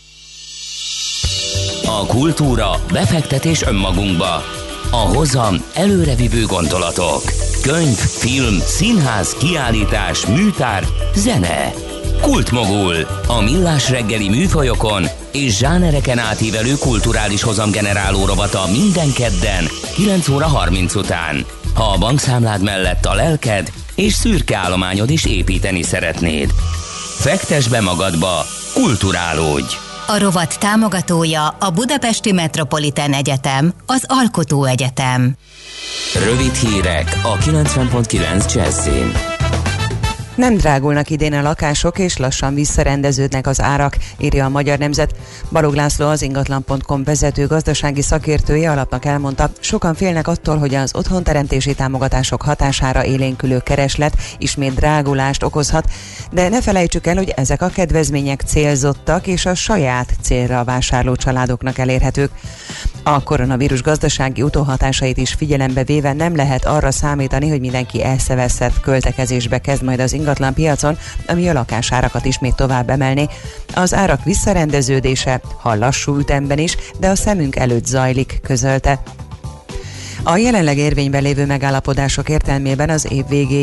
A kultúra, befektetés önmagunkba. A hozam előrevívő gondolatok. Könyv, film, színház, kiállítás, műtár, zene. Kultmogul. A millás reggeli műfajokon és zsánereken átívelő kulturális hozamgeneráló rovata minden kedden kilenc óra harminc után. Ha a bankszámlád mellett a lelked és szürke állományod is építeni szeretnéd. Fektess be magadba, kulturálódj! A rovat támogatója a Budapesti Metropolitán Egyetem, az Alkotó Egyetem. Rövid hírek a kilencven pont kilenc Jazzin. Nem drágulnak idén a lakások, és lassan visszarendeződnek az árak, írja a Magyar Nemzet. Balogh László, az ingatlan pont com vezető gazdasági szakértője alapnak elmondta, sokan félnek attól, hogy az otthonteremtési támogatások hatására élénkülő kereslet ismét drágulást okozhat, de ne felejtsük el, hogy ezek a kedvezmények célzottak és a saját célra vásárló családoknak elérhetők. A koronavírus gazdasági utóhatásait is figyelembe véve nem lehet arra számítani, hogy mindenki elszeveszett költekezésbe kezd majd az ingatlan piacon, ami a lakásárakat ismét tovább emelné. Az árak visszarendeződése, ha lassú ütemben is, de a szemünk előtt zajlik, közölte. A jelenleg érvényben lévő megállapodások értelmében az év végéig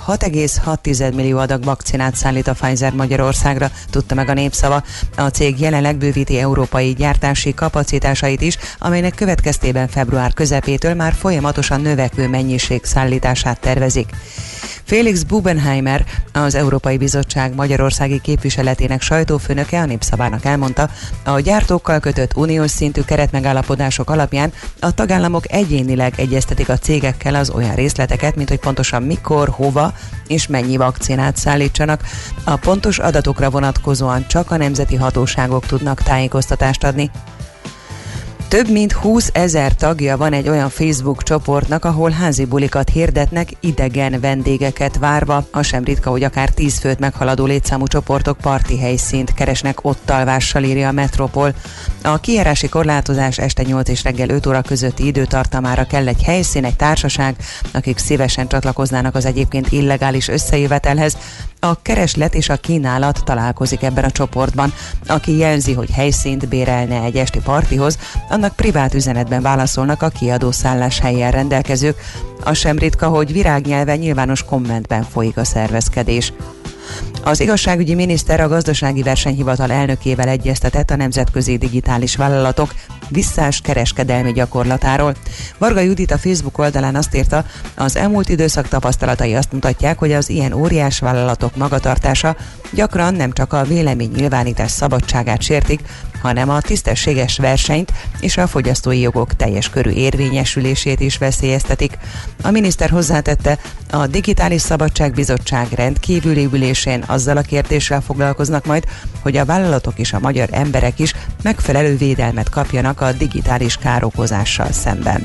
hat egész hat millió adag vakcinát szállít a Pfizer Magyarországra, tudta meg a Népszava. A cég jelenleg bővíti európai gyártási kapacitásait is, amelynek következtében február közepétől már folyamatosan növekvő mennyiség szállítását tervezik. Felix Bubenheimer, az Európai Bizottság magyarországi képviseletének sajtófőnöke a Népszavának elmondta, a gyártókkal kötött uniós szintű keretmegállapodások alapján a tagállamok egyénileg egyeztetik a cégekkel az olyan részleteket, mint hogy pontosan mikor, hova és mennyi vakcinát szállítsanak. A pontos adatokra vonatkozóan csak a nemzeti hatóságok tudnak tájékoztatást adni. Több mint húszezer tagja van egy olyan Facebook csoportnak, ahol házi bulikat hirdetnek idegen vendégeket várva. Az sem ritka, hogy akár tíz főt meghaladó létszámú csoportok parti helyszínt keresnek ott alvással, írja a Metropol. A kijárási korlátozás este nyolc és reggel öt óra közötti időtartamára kell egy helyszín, egy társaság, akik szívesen csatlakoznának az egyébként illegális összejövetelhez. A kereslet és a kínálat találkozik ebben a csoportban. Aki jelzi, hogy helyszínt bérelne egy esti partihoz, annak privát üzenetben válaszolnak a kiadó szálláshelyen rendelkezők. Az sem ritka, hogy virágnyelven nyilvános kommentben folyik a szervezkedés. Az igazságügyi miniszter a gazdasági versenyhivatal elnökével egyeztetett a nemzetközi digitális vállalatok visszás kereskedelmi gyakorlatáról. Varga Judit a Facebook oldalán azt írta, az elmúlt időszak tapasztalatai azt mutatják, hogy az ilyen óriás vállalatok magatartása gyakran nem csak a véleménynyilvánítás szabadságát sértik, hanem a tisztességes versenyt és a fogyasztói jogok teljes körű érvényesülését is veszélyeztetik. A miniszter hozzátette, a Digitális Szabadságbizottság rendkívüli ülésén azzal a kérdéssel foglalkoznak majd, hogy a vállalatok és a magyar emberek is megfelelő védelmet kapjanak a digitális károkozással szemben.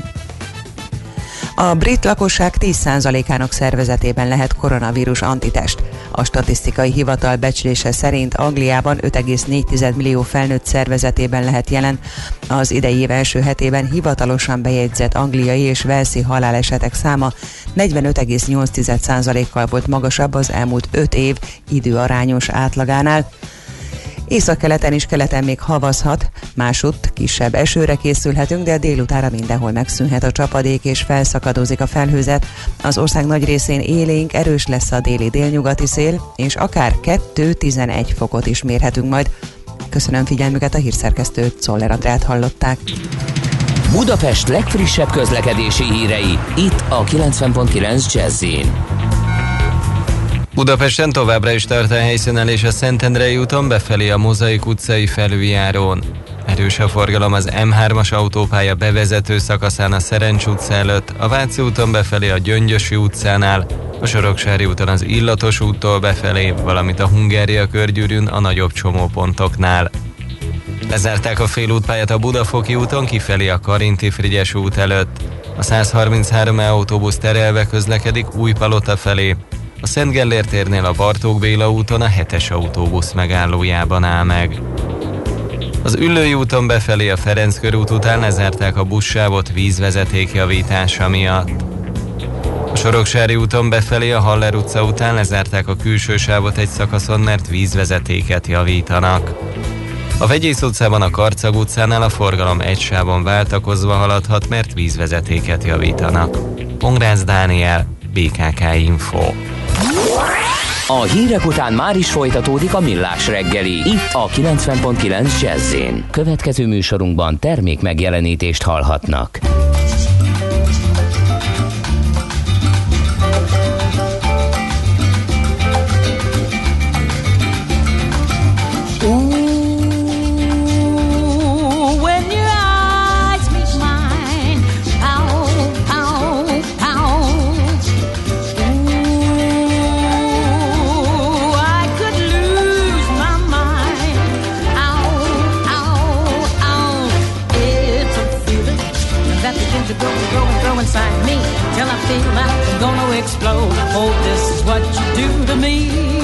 A brit lakosság tíz százalékának szervezetében lehet koronavírus antitest. A statisztikai hivatal becslése szerint Angliában öt egész négy millió felnőtt szervezetében lehet jelen. Az idei év első hetében hivatalosan bejegyzett angliai és walesi halálesetek száma negyvenöt egész nyolc százalékkal volt magasabb az elmúlt öt év időarányos átlagánál. Északkeleten és keleten még havazhat, másutt kisebb esőre készülhetünk, de délutára mindenhol megszűnhet a csapadék és felszakadozik a felhőzet. Az ország nagy részén élénk, erős lesz a déli délnyugati szél, és akár kettő-tizenegy fokot is mérhetünk majd. Köszönöm figyelmüket, a hírszerkesztőt, Czoller Andrát hallották. Budapest legfrissebb közlekedési hírei, itt a kilencven pont kilenc Jazz-in. Budapesten továbbra is tart a helyszínelés a Szentendrei úton befelé a Mozaik utcai felüljárón. Erős a forgalom az M hármas autópálya bevezető szakaszán a Szerencs utca előtt, a Váci úton befelé a Gyöngyösi utcánál, a Soroksári úton az Illatos úttól befelé, valamint a Hungária körgyűrűn a nagyobb csomópontoknál. Lezárták a félútpályát a Budafoki úton kifelé a Karinti-Frigyes út előtt. A száz harminchárom E autóbusz terelve közlekedik Újpalota felé. A Szent Gellért térnél a Bartók Béla úton a hetes autóbusz megállójában áll meg. Az Üllői úton befelé a Ferenc körút után lezárták a buszsávot vízvezeték javítása miatt. A Soroksári úton befelé a Haller utca után lezárták a külső sávot egy szakaszon, mert vízvezetéket javítanak. A Vegyész utcában a Karcag utcánál a forgalom egy sávon váltakozva haladhat, mert vízvezetéket javítanak. Pongrácz Dániel, bé ká ká Info. A hírek után már is folytatódik a Millás reggeli, itt a kilencven pont kilenc Jazz-in. Következő műsorunkban termék megjelenítést hallhatnak. Explode. Oh, this is what you do to me.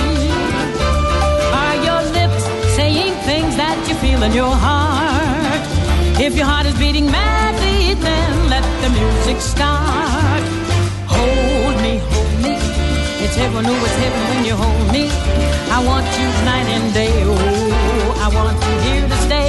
Are your lips saying things that you feel in your heart? If your heart is beating madly, then let the music start. Hold me, hold me. It's heaven, oh, it's heaven when you hold me. I want you night and day. Oh, I want you here to stay.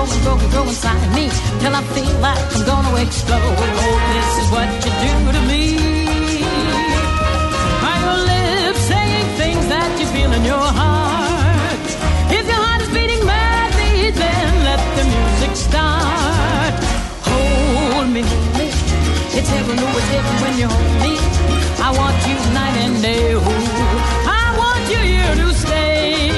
and grow and grow inside me till I feel like I'm gonna explode. Oh, this is what you do to me. Are your lips saying things that you feel in your heart? If your heart is beating madly, then let the music start. Hold me, hold me. It's heaven, oh, it's heaven when you hold me. I want you night and day. Ooh, I want you here to stay.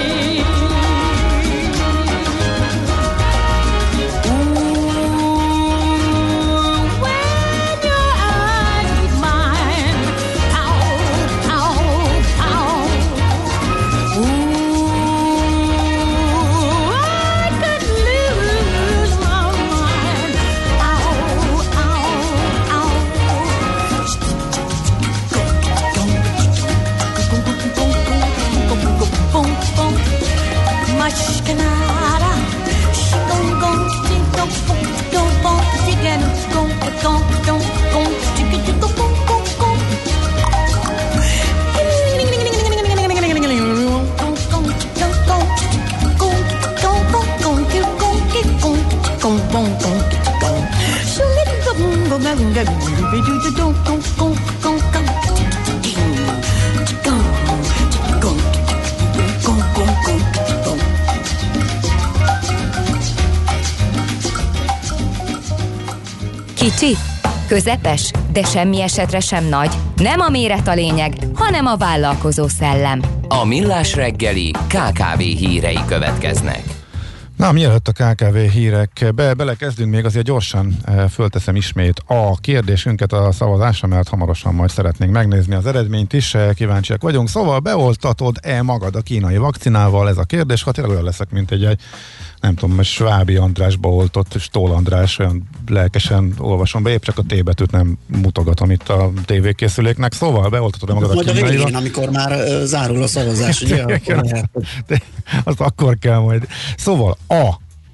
Kicsi, közepes, de semmi esetre sem nagy. Nem a méret a lényeg, hanem a vállalkozó szellem. A Millás reggeli ká ká vé hírei következnek. Na, mielőtt a ká ká vé hírekbe belekezdünk, még azért gyorsan e, fölteszem ismét a kérdésünket a szavazásra, mert hamarosan majd szeretnénk megnézni az eredményt is, e, kíváncsiak vagyunk. Szóval beoltatod-e magad a kínai vakcinával? Ez a kérdés, ha tényleg olyan leszek, mint egy, egy nem tudom, Svábi Andrásba oltott, Stól András, olyan lelkesen olvasom be, épp csak a T betűt nem mutogatom itt a tévékészüléknek. Szóval beoltatod-e magad majd a kínaival? Majd a végén, amikor már uh, zárul a szavazás, ugye? Akkor azt akkor kell majd. Szóval A.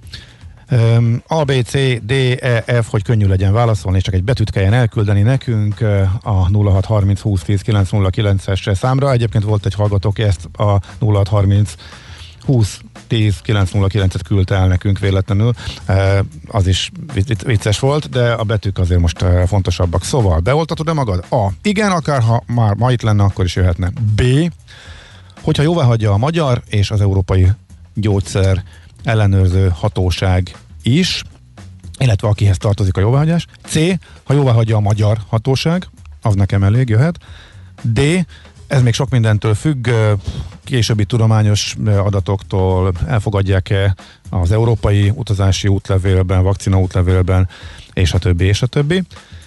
Um, A, B, C, D, E, F, hogy könnyű legyen válaszolni, és csak egy betűt kelljen elküldeni nekünk a nulla hat harminc húsz tíz kilenc nulla kilences számra. Egyébként volt egy hallgató, aki ezt a nulla hat harminc húsz tíz kilenc nulla kilencet küldte el nekünk véletlenül. Az is vicces volt, de a betűk azért most fontosabbak. Szóval, beoltatod-e magad? A. Igen, akár ha már ma itt lenne, akkor is jöhetne. B. Hogyha jóváhagyja a magyar és az Európai Gyógyszer Ellenőrző Hatóság is, illetve akihez tartozik a jóváhagyás. C. Ha jóváhagyja a magyar hatóság, az nekem elég, jöhet. D. Ez még sok mindentől függ, későbbi tudományos adatoktól, elfogadják-e az európai utazási útlevélben, vakcina útlevélben, és a többi, és a többi.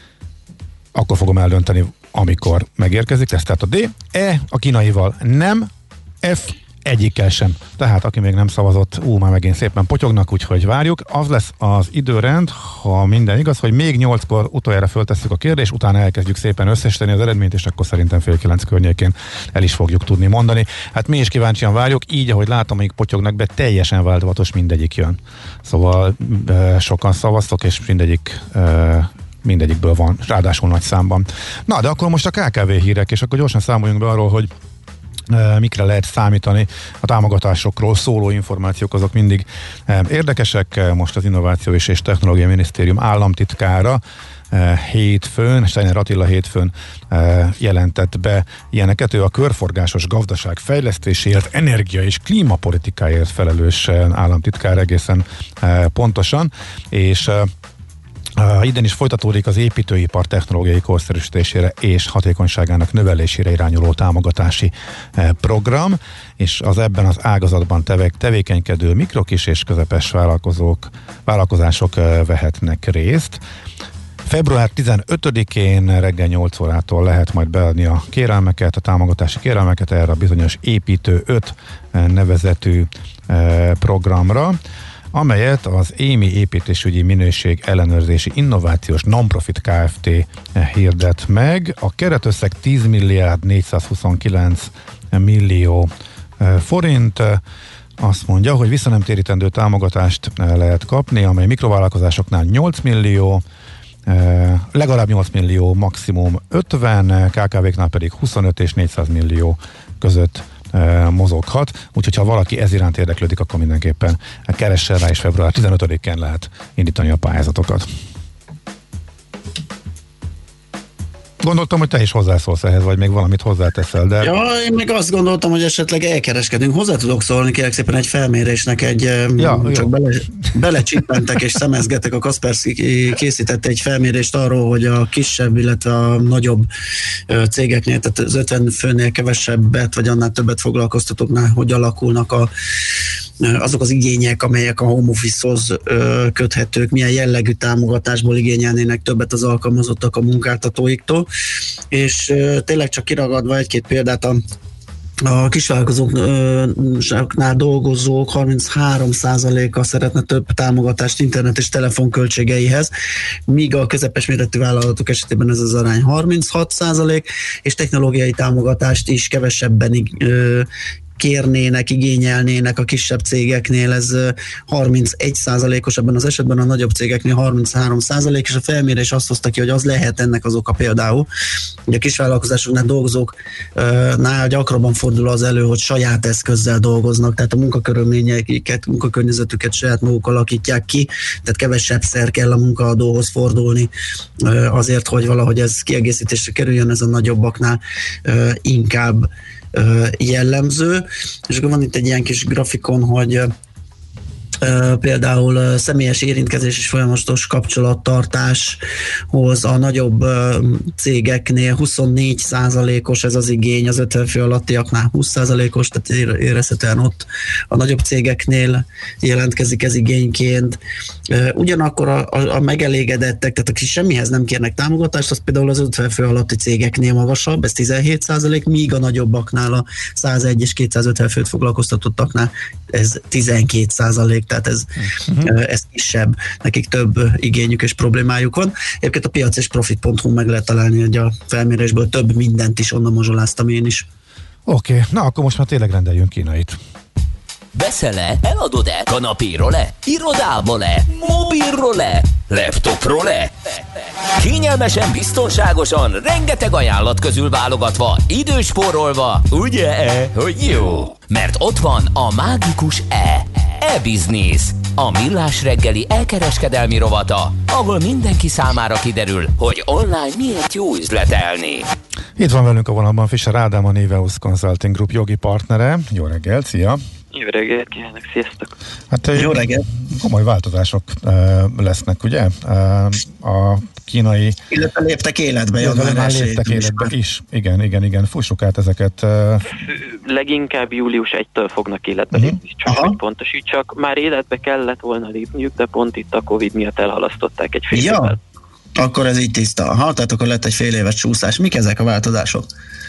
Akkor fogom eldönteni, amikor megérkezik, ez tehát a D. E. A kínaival nem. F. Egyikkel sem. Tehát aki még nem szavazott, ú, már megint szépen potyognak, úgyhogy várjuk. Az lesz az időrend, ha minden igaz, hogy még nyolckor utoljára föltesszük a kérdést, utána elkezdjük szépen összesíteni az eredményt, és akkor szerintem fél kilenc környékén el is fogjuk tudni mondani. Hát mi is kíváncsian várjuk, így ahogy látom, amíg potyognak be, teljesen változatos mindegyik jön. Szóval e, sokan szavaztok, és mindegyik e, mindegyikből van, ráadásul nagy számban. Na, de akkor most a ká ká vé hírek, és akkor gyorsan számoljunk be arról, hogy mikre lehet számítani. A támogatásokról szóló információk azok mindig érdekesek. Most az Innovációs és Technológiai Minisztérium államtitkára hétfőn, Steiner Attila hétfőn jelentett be ilyeneket. Ő a körforgásos gazdaság fejlesztéséért, energia és klímapolitikáért felelős államtitkár egészen pontosan, és Uh, idén is folytatódik az építőipar technológiai korszerűsítésére és hatékonyságának növelésére irányuló támogatási uh, program, és az ebben az ágazatban tevek, tevékenykedő mikrokis és közepes vállalkozók, vállalkozások uh, vehetnek részt. február tizenötödikén reggel nyolc órától lehet majd beadni a kérelmeket, a támogatási kérelmeket erre a bizonyos Építő öt uh, nevezetű uh, programra, amelyet az émi Építésügyi Minőség Ellenőrzési Innovációs Nonprofit Kft. Hirdet meg. A keretösszeg tíz milliárd négyszázhuszonkilenc millió forint. Azt mondja, hogy visszanemtérítendő támogatást lehet kapni, amely mikrovállalkozásoknál nyolc millió, legalább nyolc millió, maximum ötven, ká ká véknál pedig huszonöt és négyszáz millió között e, mozoghat, úgyhogy ha valaki ez iránt érdeklődik, akkor mindenképpen keressen rá, és február tizenötödikén lehet indítani a pályázatokat. Gondoltam, hogy te is hozzászólsz ehhez, vagy még valamit hozzáteszel, de... Ja, én még azt gondoltam, hogy esetleg elkereskedünk. Hozzá tudok szólni, kérlek szépen egy felmérésnek egy... Ja, csak bele, belecsippentek és szemezgetek. A Kaspersky készítette egy felmérést arról, hogy a kisebb, illetve a nagyobb cégeknél, tehát az ötven főnél kevesebbet, vagy annál többet foglalkoztatóknál, hogy alakulnak a, azok az igények, amelyek a home office-hoz köthetők, milyen jellegű támogatásból igényelnének többet az alkalmazottak a munkáltatóiktól. És uh, tényleg csak kiragadva egy-két példát, a, a kisvállalkozóknál dolgozók harminchárom százaléka szeretne több támogatást internet és telefonköltségeihez, míg a közepes méretű vállalatok esetében ez az arány harminchat százalék, és technológiai támogatást is kevesebben uh, kérnének, igényelnének a kisebb cégeknél, ez harmincegy százalékos ebben az esetben, a nagyobb cégeknél harminchárom százalék, és a felmérés azt hozta ki, hogy az lehet ennek az oka például, hogy a kisvállalkozásoknál dolgozóknál gyakrabban fordul az elő, hogy saját eszközzel dolgoznak, tehát a munkakörülményeiket, munkakörnyezetüket saját maguk alakítják ki, tehát kevesebbszer kell a munkaadóhoz fordulni azért, hogy valahogy ez kiegészítésre kerüljön, ez a nagyobbaknál inkább jellemző, és akkor van itt egy ilyen kis grafikon, hogy Uh, például uh, személyes érintkezés és folyamatos kapcsolattartáshoz a nagyobb uh, cégeknél huszonnégy százalékos ez az igény, az ötven fő alattiaknál húsz százalékos, tehát érezhetően ott a nagyobb cégeknél jelentkezik ez igényként. Uh, ugyanakkor a, a, a megelégedettek, tehát akik semmihez nem kérnek támogatást, az például az ötven fő alatti cégeknél magasabb, ez tizenhét százalék, míg a nagyobbaknál, a százegy és kétszázötven főt foglalkoztatottaknál ez tizenkét százalék, tehát ez, uh-huh. ez kisebb, nekik több igényük és problémájuk van. Egyébként a piac és profit pont hu meg lehet találni, hogy a felmérésből több mindent is onnan mazsoláztam én is. Oké, okay. Na akkor most már tényleg rendeljünk kínait. Veszel-e? Eladod-e? Kanapéról-e? Irodából-e? Mobilról-e? Laptopról-e? Kényelmesen, biztonságosan, rengeteg ajánlat közül válogatva, időspórolva, ugye-e, hogy jó? Mert ott van a mágikus E. E-Business, a millás reggeli elkereskedelmi rovata, ahol mindenki számára kiderül, hogy online miért jó üzletelni. Itt van velünk a vonalban Fischer Ádám, a Niveus Consulting Group jogi partnere. Jó reggelt, szia! Jó reggelt kívánok, sziasztok! Hát jó reggelt! Komoly változások uh, lesznek, ugye? Uh, a kínai... Illetve léptek életbe, január léptek életbe is. Igen, igen, igen. Fussuk át ezeket. Uh... Leginkább július elsejétől fognak életbe uh-huh. lépni, csak hogy pontosítsak. Már életbe kellett volna lépniük, de pont itt a Covid miatt elhalasztották egy fél ja. évvel. Akkor ez így tiszta. Aha, tehát akkor lett egy fél éves csúszás. Mik ezek a változások?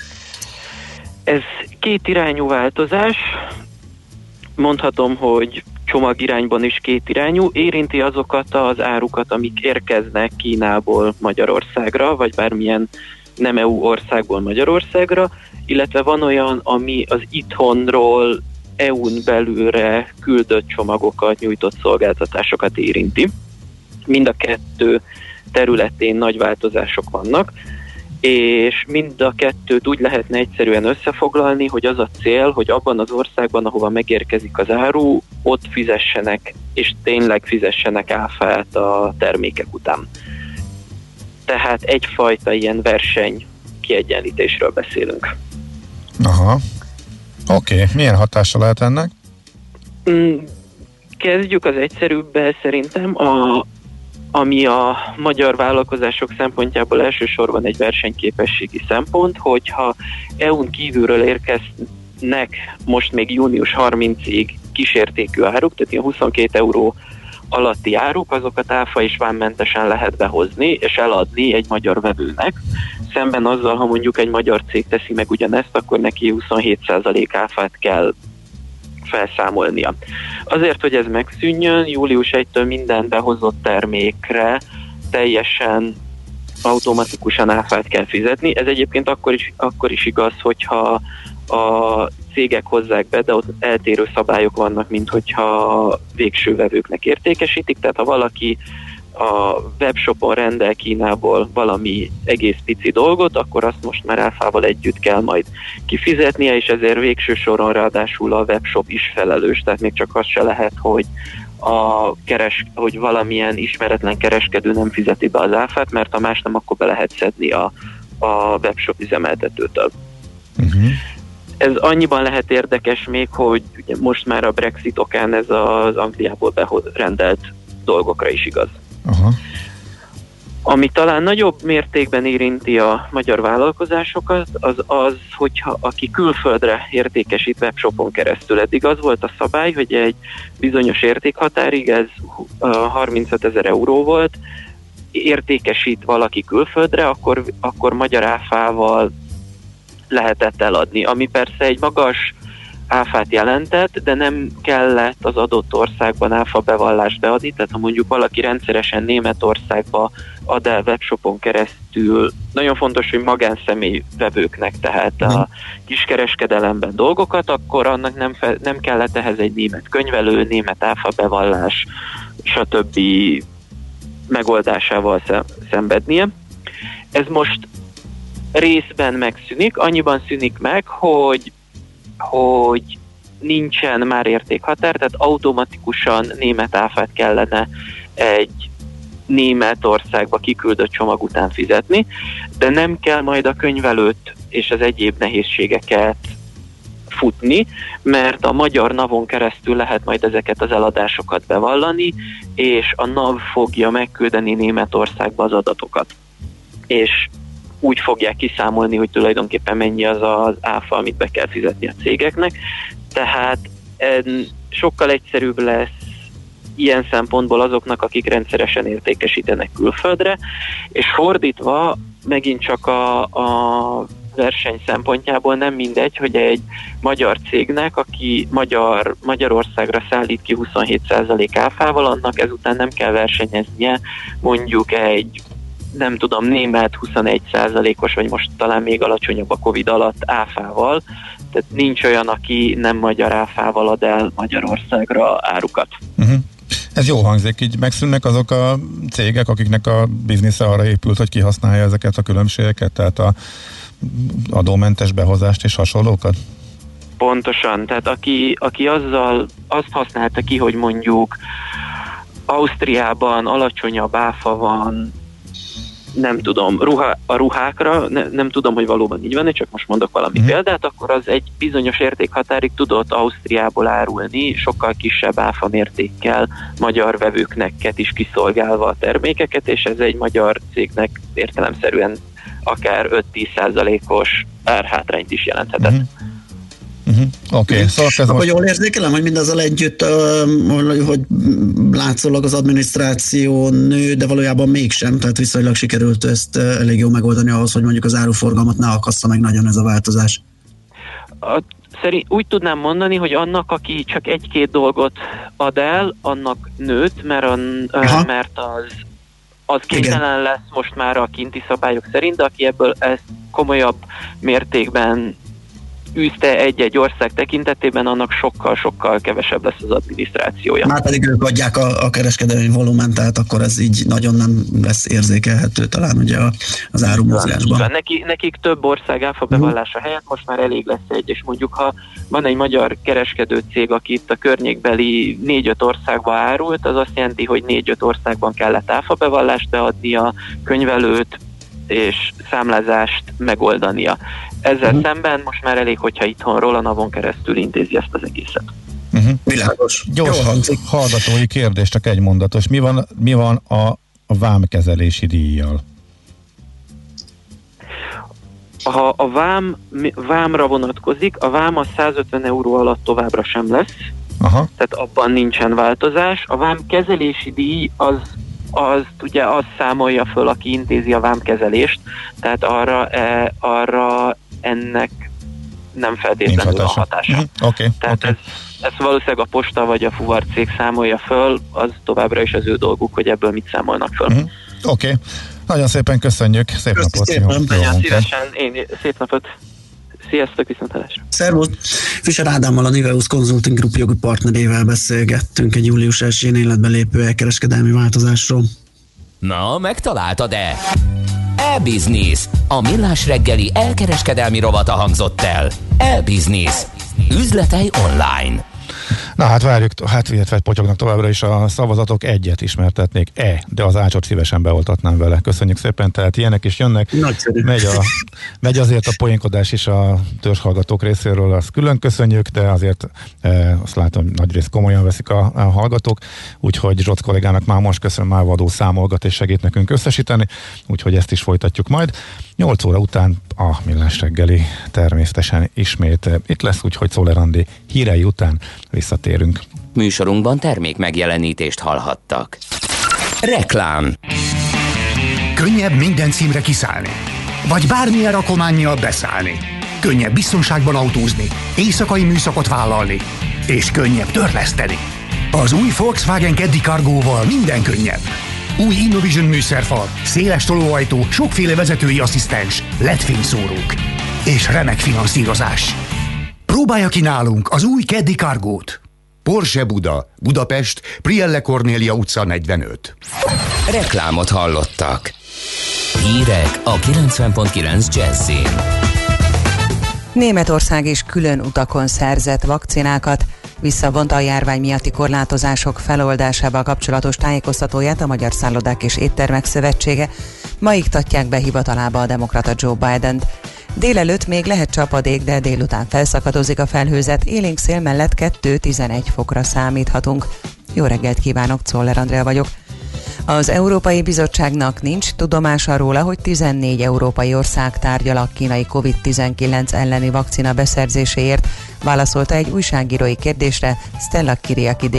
Ez két irányú változás. Mondhatom, hogy csomagirányban is két irányú. Érinti azokat az árukat, amik érkeznek Kínából Magyarországra, vagy bármilyen nem é u országból Magyarországra, illetve van olyan, ami az itthonról é u-n belülre küldött csomagokat, nyújtott szolgáltatásokat érinti. Mind a kettő területén nagy változások vannak, és mind a kettőt úgy lehetne egyszerűen összefoglalni, hogy az a cél, hogy abban az országban, ahova megérkezik az áru, ott fizessenek, és tényleg fizessenek áfát a termékek után. Tehát egyfajta ilyen verseny kiegyenlítésről beszélünk. Aha. Oké, okay. Milyen hatása lehet ennek? Kezdjük az egyszerűbbel szerintem, a ami a magyar vállalkozások szempontjából elsősorban egy versenyképességi szempont, hogyha é u-n kívülről érkeznek most még június harmincadikáig kísértékű áruk, tehát ilyen huszonkét euró alatti áruk, azokat áfa és vámmentesen lehet behozni és eladni egy magyar vevőnek. Szemben azzal, ha mondjuk egy magyar cég teszi meg ugyanezt, akkor neki huszonhét százalék áfát kell felszámolnia. Azért, hogy ez megszűnjön, július elsejétől minden behozott termékre teljesen automatikusan áfát kell fizetni. Ez egyébként akkor is, akkor is igaz, hogyha a cégek hozzák be, de ott eltérő szabályok vannak, mint hogyha végső vevőknek értékesítik. Tehát ha valaki a webshopon rendel Kínából valami egész pici dolgot, akkor azt most már áfával együtt kell majd kifizetnie, és ezért végső soron ráadásul a webshop is felelős, tehát még csak az se lehet, hogy a keres, hogy valamilyen ismeretlen kereskedő nem fizeti be az áfát, mert ha más nem, akkor be lehet szedni a, a webshop üzemeltetőtől. Uh-huh. Ez annyiban lehet érdekes még, hogy ugye most már a Brexit okán ez az Angliából berendelt dolgokra is igaz. Uh-huh. Ami talán nagyobb mértékben érinti a magyar vállalkozásokat, az az, hogyha aki külföldre értékesít webshopon keresztül. Eddig az volt a szabály, hogy egy bizonyos értékhatárig, ez harmincötezer euró volt, értékesít valaki külföldre, akkor, akkor magyar áfával lehetett eladni, ami persze egy magas áfát jelentett, de nem kellett az adott országban áfa bevallást beadni, tehát ha mondjuk valaki rendszeresen Németországba ad el webshopon keresztül, nagyon fontos, hogy magánszemély vevőknek, tehát a kiskereskedelemben dolgokat, akkor annak nem, fe, nem kellett ehhez egy német könyvelő, német áfa bevallás, stb. Megoldásával szenvednie. Ez most részben megszűnik, annyiban szűnik meg, hogy hogy nincsen már értékhatár, tehát automatikusan német áfát kellene egy Németországba kiküldött csomag után fizetni, de nem kell majd a könyvelőt és az egyéb nehézségeket futni, mert a magyar navon keresztül lehet majd ezeket az eladásokat bevallani, és a NAV fogja megküldeni Németországba az adatokat. És úgy fogják kiszámolni, hogy tulajdonképpen mennyi az az áfa, amit be kell fizetni a cégeknek. Tehát sokkal egyszerűbb lesz ilyen szempontból azoknak, akik rendszeresen értékesítenek külföldre, és fordítva megint csak a, a verseny szempontjából nem mindegy, hogy egy magyar cégnek, aki magyar, Magyarországra szállít ki huszonhét százalék áfával, annak ezután nem kell versenyeznie mondjuk egy nem tudom, német huszonegy százalékos, vagy most talán még alacsonyabb a Covid alatt áfával, tehát nincs olyan, aki nem magyar áfával ad el Magyarországra árukat. Uh-huh. Ez jó hangzik, így megszűnnek azok a cégek, akiknek a biznisze arra épült, hogy kihasználja ezeket a különbségeket, tehát a adómentes behozást és hasonlókat? Pontosan, tehát aki, aki azzal azt használta ki, hogy mondjuk Ausztriában alacsonyabb áfa van, nem tudom, ruha, a ruhákra, ne, nem tudom, hogy valóban így van, csak most mondok valami mm. példát, akkor az egy bizonyos értékhatárig tudott Ausztriából árulni, sokkal kisebb áfa mértékkel magyar vevőknek is kiszolgálva a termékeket, és ez egy magyar cégnek értelemszerűen akár öt-tíz százalékos árhátrányt is jelenthetett. Mm. Uh-huh. Oké, okay, szóval ez Akkor most... jól érzékelem, hogy mindazzal együtt, uh, hogy látszólag az adminisztráció nő, de valójában mégsem, tehát viszonylag sikerült ezt uh, elég jól megoldani ahhoz, hogy mondjuk az áruforgalmat ne akassza meg nagyon ez a változás. A, szerint úgy tudnám mondani, hogy annak, aki csak egy-két dolgot ad el, annak nőtt, mert, an, uh, mert az az kénytelen lesz most már a kinti szabályok szerint, de aki ebből ezt komolyabb mértékben űzte egy-egy ország tekintetében, annak sokkal-sokkal kevesebb lesz az adminisztrációja. Már pedig ők adják a, a kereskedelmi volument, tehát akkor ez így nagyon nem lesz érzékelhető talán ugye az árumozgásban. Neki, nekik több ország áfa bevallása helyett most már elég lesz egy, és mondjuk ha van egy magyar kereskedő cég, aki itt a környékbeli négy-öt országba árult, az azt jelenti, hogy négy-öt országban kellett áfa bevallást beadni, a könyvelőt és számlázást megoldania. Ezzel uh-huh. szemben most már elég, hogyha itthonról a navon keresztül intézi ezt az egészet. Uh-huh. Világos. Gyors hallgatói kérdés, csak egy mondatos. Mi van, mi van a, a vámkezelési díjjal? Ha a vám, vámra vonatkozik, a vám a százötven euró alatt továbbra sem lesz, aha. Tehát abban nincsen változás. A vámkezelési díj az az ugye az számolja föl, aki intézi a vámkezelést, tehát arra, e, arra ennek nem feltétlenül a hatása. Mm, okay, tehát okay. Ez, ez valószínűleg a posta vagy a fuvarcég számolja föl, az továbbra is az ő dolguk, hogy ebből mit számolnak föl. Mm, Oké, okay. Nagyon szépen köszönjük, szép Köszönjük napot! Szépen. Nagyon szívesen, én szép napot! Sziasztok, viszontlátásra! Szervusz! Fischer Ádámmal, a Niveus Consulting Group jogi partnerével beszélgettünk egy július elsején életbe lépő elkereskedelmi változásról. Na, megtaláltad-e? E-Business. A millás reggeli elkereskedelmi rovata hangzott el. E-Business. Üzletei online. Na hát várjuk, hát illetve potyognak továbbra is a szavazatok, egyet ismertetnék, E, de az ácsot szívesen beoltatnám vele. Köszönjük szépen, tehát ilyenek is jönnek. Megy, a, megy azért a poénkodás is a törzshallgatók részéről, azt külön köszönjük, de azért e, azt látom, hogy nagy rész komolyan veszik a, a hallgatók, úgyhogy Zsoc kollégának már most köszönöm, már vadó számolgat és segít nekünk összesíteni, úgyhogy ezt is folytatjuk majd. nyolc óra után a millás reggeli természetesen ismét itt lesz, úgyhogy Szoller Andi hírei után visszatérünk. Műsorunkban termék megjelenítést hallhattak. Reklám. Könnyebb minden címre kiszállni, vagy bármilyen rakománnyal beszállni. Könnyebb biztonságban autózni, éjszakai műszakot vállalni, és könnyebb törleszteni. Az új Volkswagen Caddy Cargo-val minden könnyebb. Új Innovision műszerfal, széles tolóajtó, sokféle vezetői asszisztens, el é dé fényszórók és remek finanszírozás. Próbálja ki nálunk az új Caddy Cargo-t. Porsche Buda, Budapest, Prielle Kornélia utca negyvenöt. Reklámot hallottak. Hírek a kilencven pont kilenc Jazzin. Németország is külön utakon szerzett vakcinákat, visszavonta a járvány miatti korlátozások feloldásával kapcsolatos tájékoztatóját a Magyar Szállodák és Éttermek Szövetsége. Ma iktatják be hivatalába a demokrata Joe Bident. Délelőtt még lehet csapadék, de délután felszakadozik a felhőzet, élénk szél mellett kettő-tizenegy fokra számíthatunk. Jó reggelt kívánok, Czoller Andrea vagyok. Az Európai Bizottságnak nincs tudomása róla, hogy tizennégy európai ország tárgyal a kínai kovid tizenkilenc elleni vakcina beszerzéséért, válaszolta egy újságírói kérdésre Stella Kyriakides